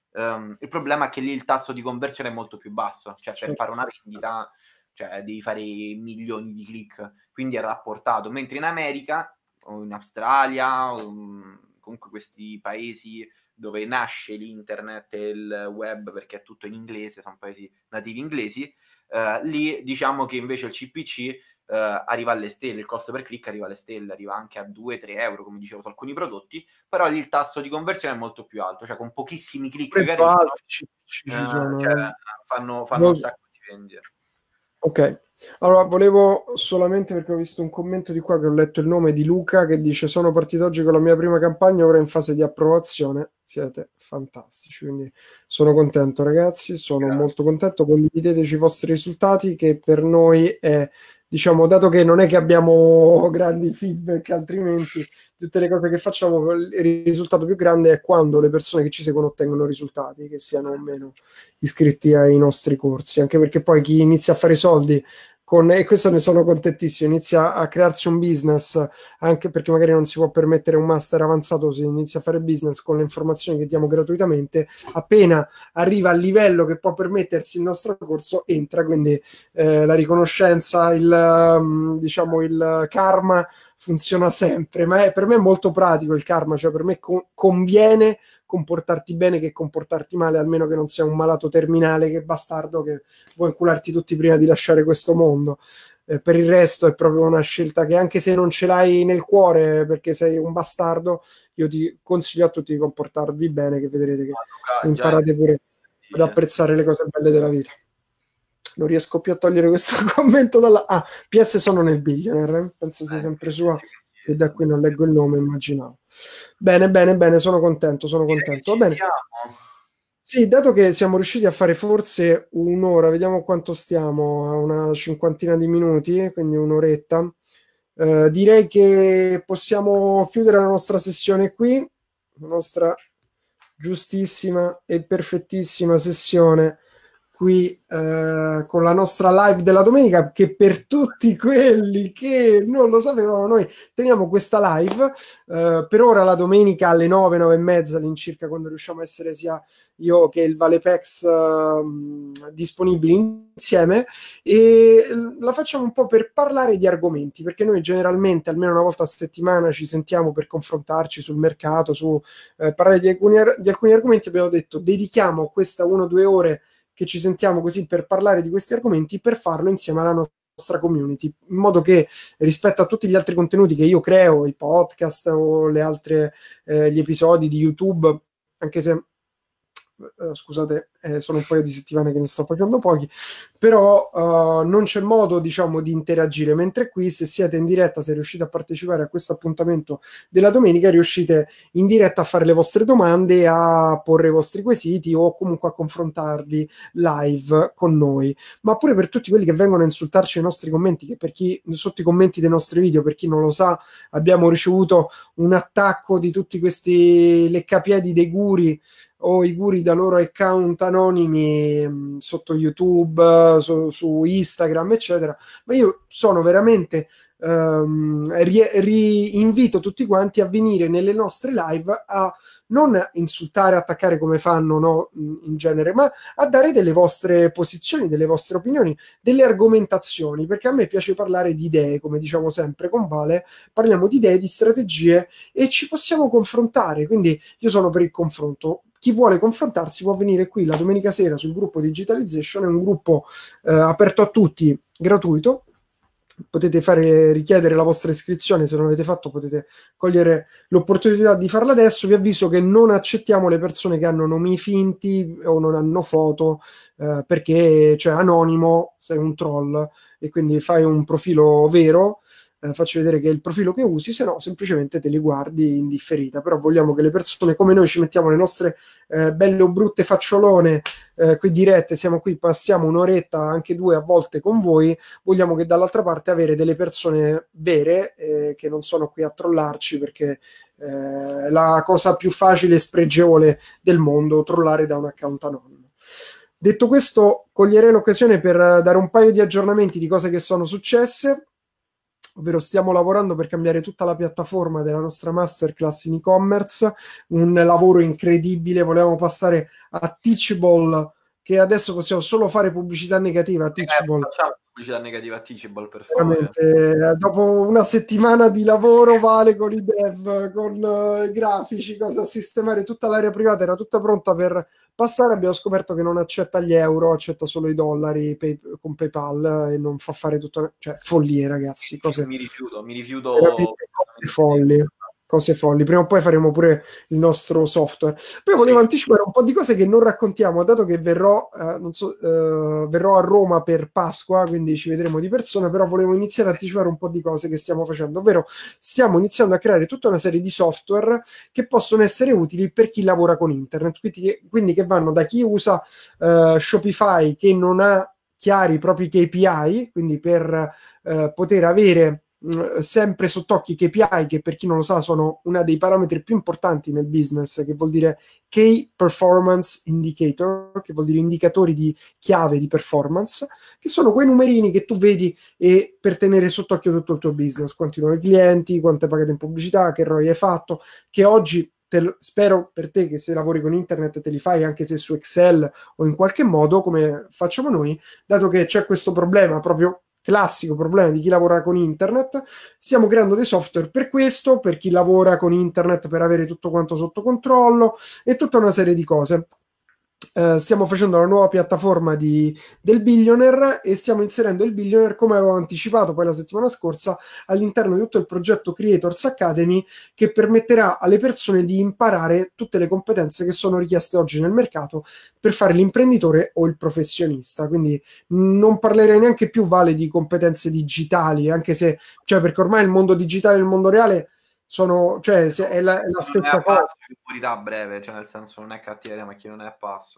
Il problema è che lì il tasso di conversione è molto più basso, cioè per fare una vendita devi fare milioni di click, quindi è rapportato, mentre in America o in Australia o comunque questi paesi dove nasce l'internet e il web, perché è tutto in inglese, sono paesi nativi inglesi, lì diciamo che invece il CPC arriva alle stelle, il costo per click arriva alle stelle, arriva anche a 2-3 euro, come dicevo, su alcuni prodotti, però lì il tasso di conversione è molto più alto, cioè con pochissimi click che arrivano, ci sono, fanno un sacco di vendite. Ok, allora volevo solamente, perché ho visto un commento di qua che ho letto il nome di Luca che dice: sono partito oggi con la mia prima campagna, ora in fase di approvazione. Siete fantastici, quindi sono contento ragazzi, sono molto contento. Condivideteci i vostri risultati, che per noi è, diciamo, dato che non è che abbiamo grandi feedback, altrimenti tutte le cose che facciamo, il risultato più grande è quando le persone che ci seguono ottengono risultati, che siano o meno iscritti ai nostri corsi, anche perché poi chi inizia a fare i soldi e questo ne sono contentissimo, inizia a crearsi un business, anche perché magari non si può permettere un master avanzato, si inizia a fare business con le informazioni che diamo gratuitamente, appena arriva al livello che può permettersi il nostro corso entra, quindi la riconoscenza, diciamo il karma funziona sempre, ma per me è molto pratico il karma, cioè per me conviene comportarti bene che comportarti male, almeno che non sia un malato terminale che bastardo che vuoi incularti tutti prima di lasciare questo mondo. Per il resto è proprio una scelta che, anche se non ce l'hai nel cuore perché sei un bastardo, io ti consiglio a tutti di comportarvi bene, che vedrete che imparate pure ad apprezzare le cose belle della vita. Non riesco più a togliere questo commento dalla... PS sono nel Billionaire, penso sia sempre sua, e da qui non leggo il nome, immaginavo. Bene, sono contento. Va bene. Sì, dato che siamo riusciti a fare forse un'ora, vediamo quanto stiamo, a una cinquantina di minuti, quindi un'oretta. Direi che possiamo chiudere la nostra sessione qui, la nostra giustissima e perfettissima sessione qui con la nostra live della domenica, che per tutti quelli che non lo sapevano, noi teniamo questa live per ora la domenica alle 9, 9 e mezza all'incirca, quando riusciamo a essere sia io che il Valepex disponibili insieme, e la facciamo un po' per parlare di argomenti, perché noi generalmente almeno una volta a settimana ci sentiamo per confrontarci sul mercato, su parlare di alcuni argomenti. Abbiamo detto dedichiamo questa 1 o 2 ore che ci sentiamo così per parlare di questi argomenti, per farlo insieme alla nostra community, in modo che rispetto a tutti gli altri contenuti che io creo, i podcast o le altre gli episodi di YouTube, anche se scusate, sono un paio di settimane che ne sto facendo pochi, però non c'è modo, diciamo, di interagire, mentre qui, se siete in diretta, se riuscite a partecipare a questo appuntamento della domenica, riuscite in diretta a fare le vostre domande, a porre i vostri quesiti o comunque a confrontarvi live con noi. Ma pure per tutti quelli che vengono a insultarci nei nostri commenti, che per chi sotto i commenti dei nostri video, per chi non lo sa, abbiamo ricevuto un attacco di tutti questi leccapiedi dei guri o i guri da loro account anonimi sotto YouTube, su Instagram, eccetera. Ma io sono veramente invito tutti quanti a venire nelle nostre live a non insultare, attaccare come fanno, no, in genere, ma a dare delle vostre posizioni, delle vostre opinioni, delle argomentazioni, perché a me piace parlare di idee, come diciamo sempre con Vale, parliamo di idee, di strategie e ci possiamo confrontare, quindi io sono per il confronto. Chi vuole confrontarsi può venire qui la domenica sera sul gruppo Digitalization, è un gruppo aperto a tutti, gratuito. Potete richiedere la vostra iscrizione, se non l'avete fatto potete cogliere l'opportunità di farla adesso. Vi avviso che non accettiamo le persone che hanno nomi finti o non hanno foto, perché cioè anonimo sei un troll e quindi fai un profilo vero. Faccio vedere che è il profilo che usi, se no semplicemente te li guardi in differita. Però vogliamo che le persone come noi ci mettiamo le nostre belle o brutte facciolone qui dirette, siamo qui, passiamo un'oretta, anche 2 a volte con voi, vogliamo che dall'altra parte avere delle persone vere che non sono qui a trollarci, perché la cosa più facile e spregevole del mondo, trollare da un account anonimo. Detto questo, coglierei l'occasione per dare un paio di aggiornamenti di cose che sono successe, ovvero stiamo lavorando per cambiare tutta la piattaforma della nostra masterclass in e-commerce, un lavoro incredibile. Volevamo passare a Teachable, che adesso possiamo solo fare pubblicità negativa a Teachable. Facciamo pubblicità negativa a Teachable, per favore. Veramente, dopo una settimana di lavoro, Vale, con i dev, con i grafici, cosa a sistemare, tutta l'area privata era tutta pronta per passare, abbiamo scoperto che non accetta gli euro, accetta solo i dollari con PayPal e non fa fare tutto, cioè follie, ragazzi, cose mi rifiuto cose folli. Cose folli. Prima o poi faremo pure il nostro software. Poi volevo anticipare un po' di cose che non raccontiamo, dato che verrò a Roma per Pasqua, quindi ci vedremo di persona, però volevo iniziare a anticipare un po' di cose che stiamo facendo, ovvero stiamo iniziando a creare tutta una serie di software che possono essere utili per chi lavora con internet, quindi che vanno da chi usa Shopify, che non ha chiari i propri KPI, quindi per poter avere sempre sott'occhi i KPI, che per chi non lo sa sono uno dei parametri più importanti nel business, che vuol dire Key Performance Indicator, che vuol dire indicatori di chiave di performance, che sono quei numerini che tu vedi e per tenere sott'occhio tutto il tuo business, quanti nuovi clienti, quanto hai pagato in pubblicità, che ROI hai fatto, che oggi spero per te che se lavori con internet te li fai anche se su Excel o in qualche modo come facciamo noi, dato che c'è questo problema proprio classico problema di chi lavora con internet. Stiamo creando dei software per questo, per chi lavora con internet, per avere tutto quanto sotto controllo e tutta una serie di cose. Stiamo facendo la nuova piattaforma del Billionaire e stiamo inserendo il Billionaire, come avevo anticipato poi la settimana scorsa, all'interno di tutto il progetto Creators Academy, che permetterà alle persone di imparare tutte le competenze che sono richieste oggi nel mercato per fare l'imprenditore o il professionista. Quindi non parlerei neanche più, Vale, di competenze digitali, anche se, cioè, perché ormai il mondo digitale e il mondo reale sono, cioè, è la stessa cosa. È a breve, cioè nel senso non è cattiveria, ma chi non è a passo.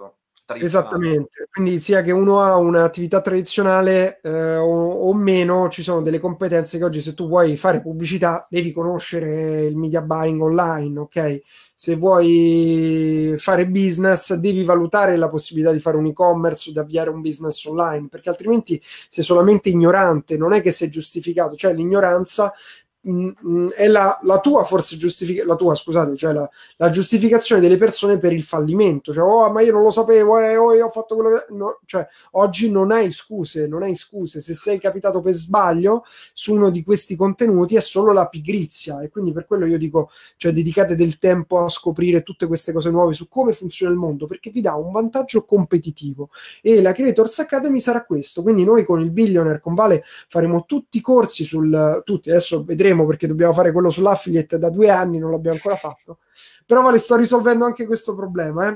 tradizionale. Esattamente, quindi sia che uno ha un'attività tradizionale o meno, ci sono delle competenze che oggi se tu vuoi fare pubblicità devi conoscere il media buying online, ok? Se vuoi fare business devi valutare la possibilità di fare un e-commerce o di avviare un business online, perché altrimenti sei solamente ignorante, non è che sei giustificato, cioè l'ignoranza è la tua forse la tua, scusate, cioè la giustificazione delle persone per il fallimento, cioè oh ma io non lo sapevo, oh, io ho fatto quello che no, cioè oggi non hai scuse, se sei capitato per sbaglio su uno di questi contenuti è solo la pigrizia, e quindi per quello io dico, cioè dedicate del tempo a scoprire tutte queste cose nuove su come funziona il mondo, perché vi dà un vantaggio competitivo, e la Creators Academy sarà questo. Quindi noi con il Billionaire, con Vale, faremo tutti i corsi tutti, adesso vedremo perché dobbiamo fare quello sull'affiliate da 2 anni, non l'abbiamo ancora fatto, però Vale, sto risolvendo anche questo problema,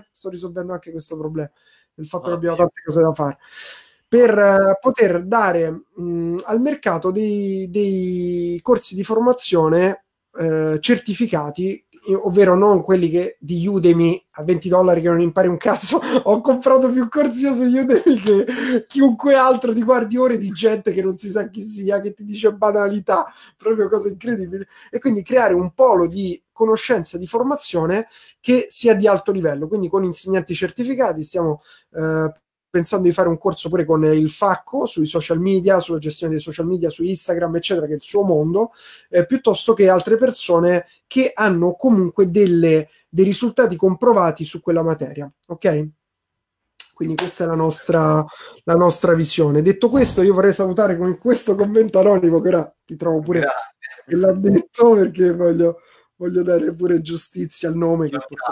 il fatto che abbiamo tante cose da fare per poter dare al mercato dei corsi di formazione certificati, ovvero non quelli che di Udemy a $20 che non impari un cazzo. Ho comprato più corsi io su Udemy che chiunque altro, ti guardi ore di gente che non si sa chi sia, che ti dice banalità, proprio cose incredibili, e quindi creare un polo di conoscenza, di formazione che sia di alto livello, quindi con insegnanti certificati. Stiamo pensando di fare un corso pure con il Facco sui social media, sulla gestione dei social media, su Instagram, eccetera, che è il suo mondo, piuttosto che altre persone che hanno comunque dei risultati comprovati su quella materia, ok? Quindi questa è la nostra visione. Detto questo, io vorrei salutare con questo commento anonimo, che ora ti trovo pure che l'ha detto, perché voglio dare pure giustizia al nome.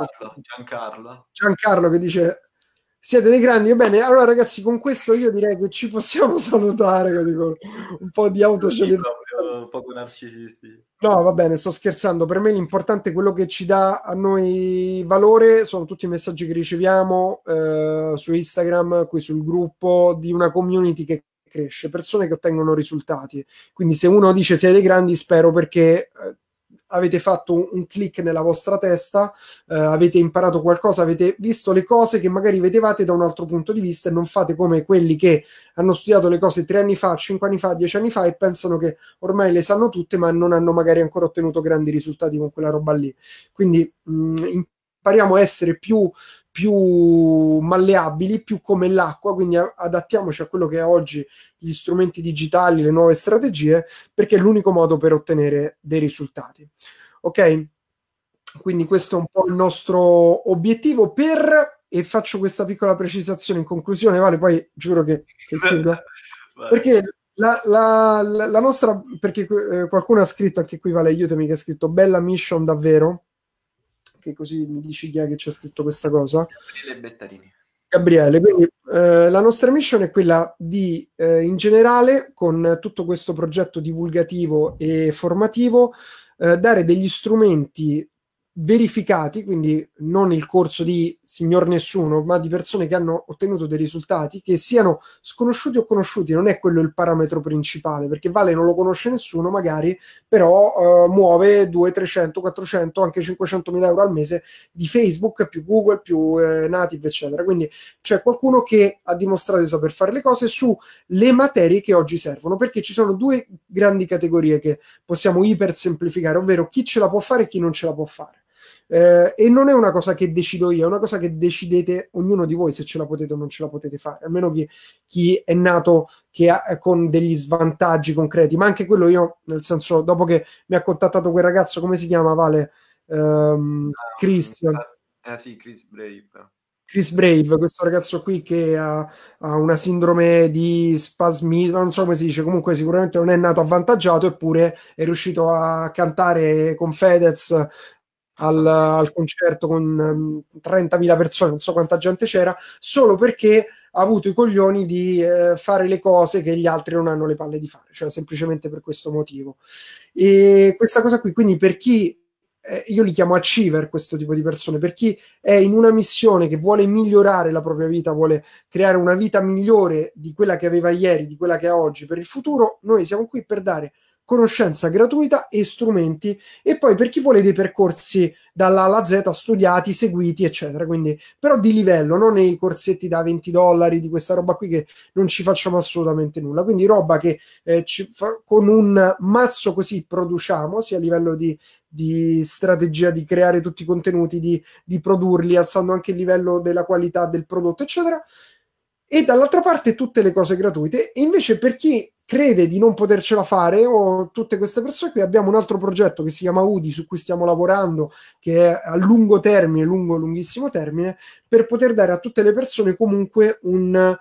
Giancarlo che dice: siete dei grandi. Bene, allora ragazzi, con questo io direi che ci possiamo salutare così, con un po' di autocelebrazione. Un po' narcisisti. No, va bene, sto scherzando. Per me l'importante, quello che ci dà a noi valore, sono tutti i messaggi che riceviamo su Instagram, qui sul gruppo, di una community che cresce, persone che ottengono risultati. Quindi se uno dice siete dei grandi, spero perché avete fatto un click nella vostra testa, avete imparato qualcosa, avete visto le cose che magari vedevate da un altro punto di vista, e non fate come quelli che hanno studiato le cose 3 anni fa, 5 anni fa, 10 anni fa, e pensano che ormai le sanno tutte, ma non hanno magari ancora ottenuto grandi risultati con quella roba lì. Quindi impariamo a essere più malleabili, più come l'acqua, quindi adattiamoci a quello che è oggi gli strumenti digitali, le nuove strategie, perché è l'unico modo per ottenere dei risultati. Ok? Quindi questo è un po' il nostro obiettivo e faccio questa piccola precisazione in conclusione, Vale, poi giuro che chiudo, perché la nostra, perché qualcuno ha scritto, anche qui Vale, aiutami, che ha scritto bella mission davvero, che così mi dici chi è che c'è scritto questa cosa. Gabriele Bettarini. Gabriele, quindi la nostra mission è quella di, in generale, con tutto questo progetto divulgativo e formativo, dare degli strumenti verificati, quindi non il corso di signor nessuno, ma di persone che hanno ottenuto dei risultati, che siano sconosciuti o conosciuti. Non è quello il parametro principale, perché Vale non lo conosce nessuno magari, però muove 200, 300, 400, anche 500 mila euro al mese di Facebook, più Google, più Native, eccetera. Quindi c'è qualcuno che ha dimostrato di saper fare le cose sulle materie che oggi servono, perché ci sono 2 grandi categorie che possiamo iper semplificare, ovvero chi ce la può fare e chi non ce la può fare. E non è una cosa che decido io, è una cosa che decidete ognuno di voi se ce la potete o non ce la potete fare, almeno chi è nato con degli svantaggi concreti. Ma anche quello, io, nel senso, dopo che mi ha contattato quel ragazzo, come si chiama, Vale? Chris. Sì, Chris Brave. Chris Brave, questo ragazzo qui che ha una sindrome di spasmismo, non so come si dice, comunque sicuramente non è nato avvantaggiato, eppure è riuscito a cantare con Fedez al concerto con 30.000 persone, non so quanta gente c'era, solo perché ha avuto i coglioni di fare le cose che gli altri non hanno le palle di fare, cioè semplicemente per questo motivo. E questa cosa qui, quindi, per chi io li chiamo achiever, questo tipo di persone, per chi è in una missione che vuole migliorare la propria vita, vuole creare una vita migliore di quella che aveva ieri, di quella che ha oggi per il futuro, noi siamo qui per dare conoscenza gratuita e strumenti, e poi per chi vuole dei percorsi dalla A alla Z studiati, seguiti, eccetera, quindi però di livello, non nei corsetti da $20 di questa roba qui che non ci facciamo assolutamente nulla, quindi roba che con un mazzo così produciamo, sia a livello di strategia di creare tutti i contenuti, di produrli, alzando anche il livello della qualità del prodotto, eccetera. E dall'altra parte tutte le cose gratuite. E invece per chi crede di non potercela fare, o tutte queste persone qui, abbiamo un altro progetto che si chiama UDI, su cui stiamo lavorando, che è a lungo termine, lunghissimo termine, per poter dare a tutte le persone comunque un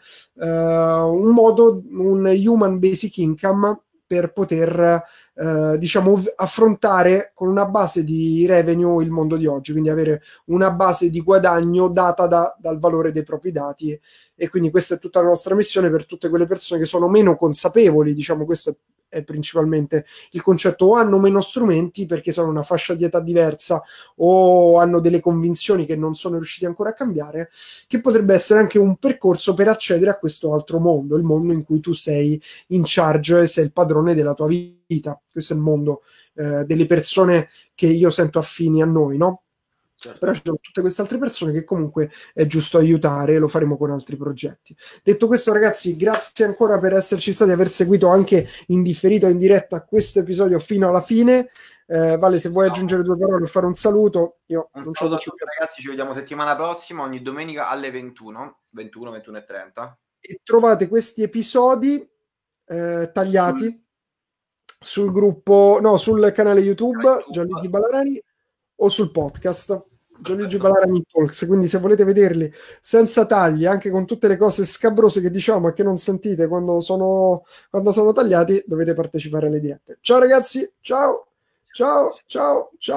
modo, un human basic income per poter diciamo affrontare con una base di revenue il mondo di oggi, quindi avere una base di guadagno data dal valore dei propri dati. E quindi questa è tutta la nostra missione per tutte quelle persone che sono meno consapevoli, diciamo, questo è principalmente il concetto, o hanno meno strumenti perché sono una fascia di età diversa o hanno delle convinzioni che non sono riusciti ancora a cambiare, che potrebbe essere anche un percorso per accedere a questo altro mondo, il mondo in cui tu sei in charge e sei il padrone della tua vita. Questo è il mondo delle persone che io sento affini a noi, no? Certo. Però ci sono tutte queste altre persone che comunque è giusto aiutare, e lo faremo con altri progetti. Detto questo, ragazzi, grazie ancora per esserci stati, aver seguito anche in differito o in diretta questo episodio fino alla fine. Vale, se vuoi aggiungere 2 parole o fare un saluto, io un non saluto a ce tutti, ragazzi, ci vediamo settimana prossima, ogni domenica alle 21:30. E trovate questi episodi tagliati sul gruppo, no, sul canale YouTube Gianluigi Ballarani, o sul podcast Gianluigi Ballarani Talks. Quindi se volete vederli senza tagli, anche con tutte le cose scabrose che diciamo e che non sentite quando sono tagliati, dovete partecipare alle dirette. Ciao ragazzi, ciao.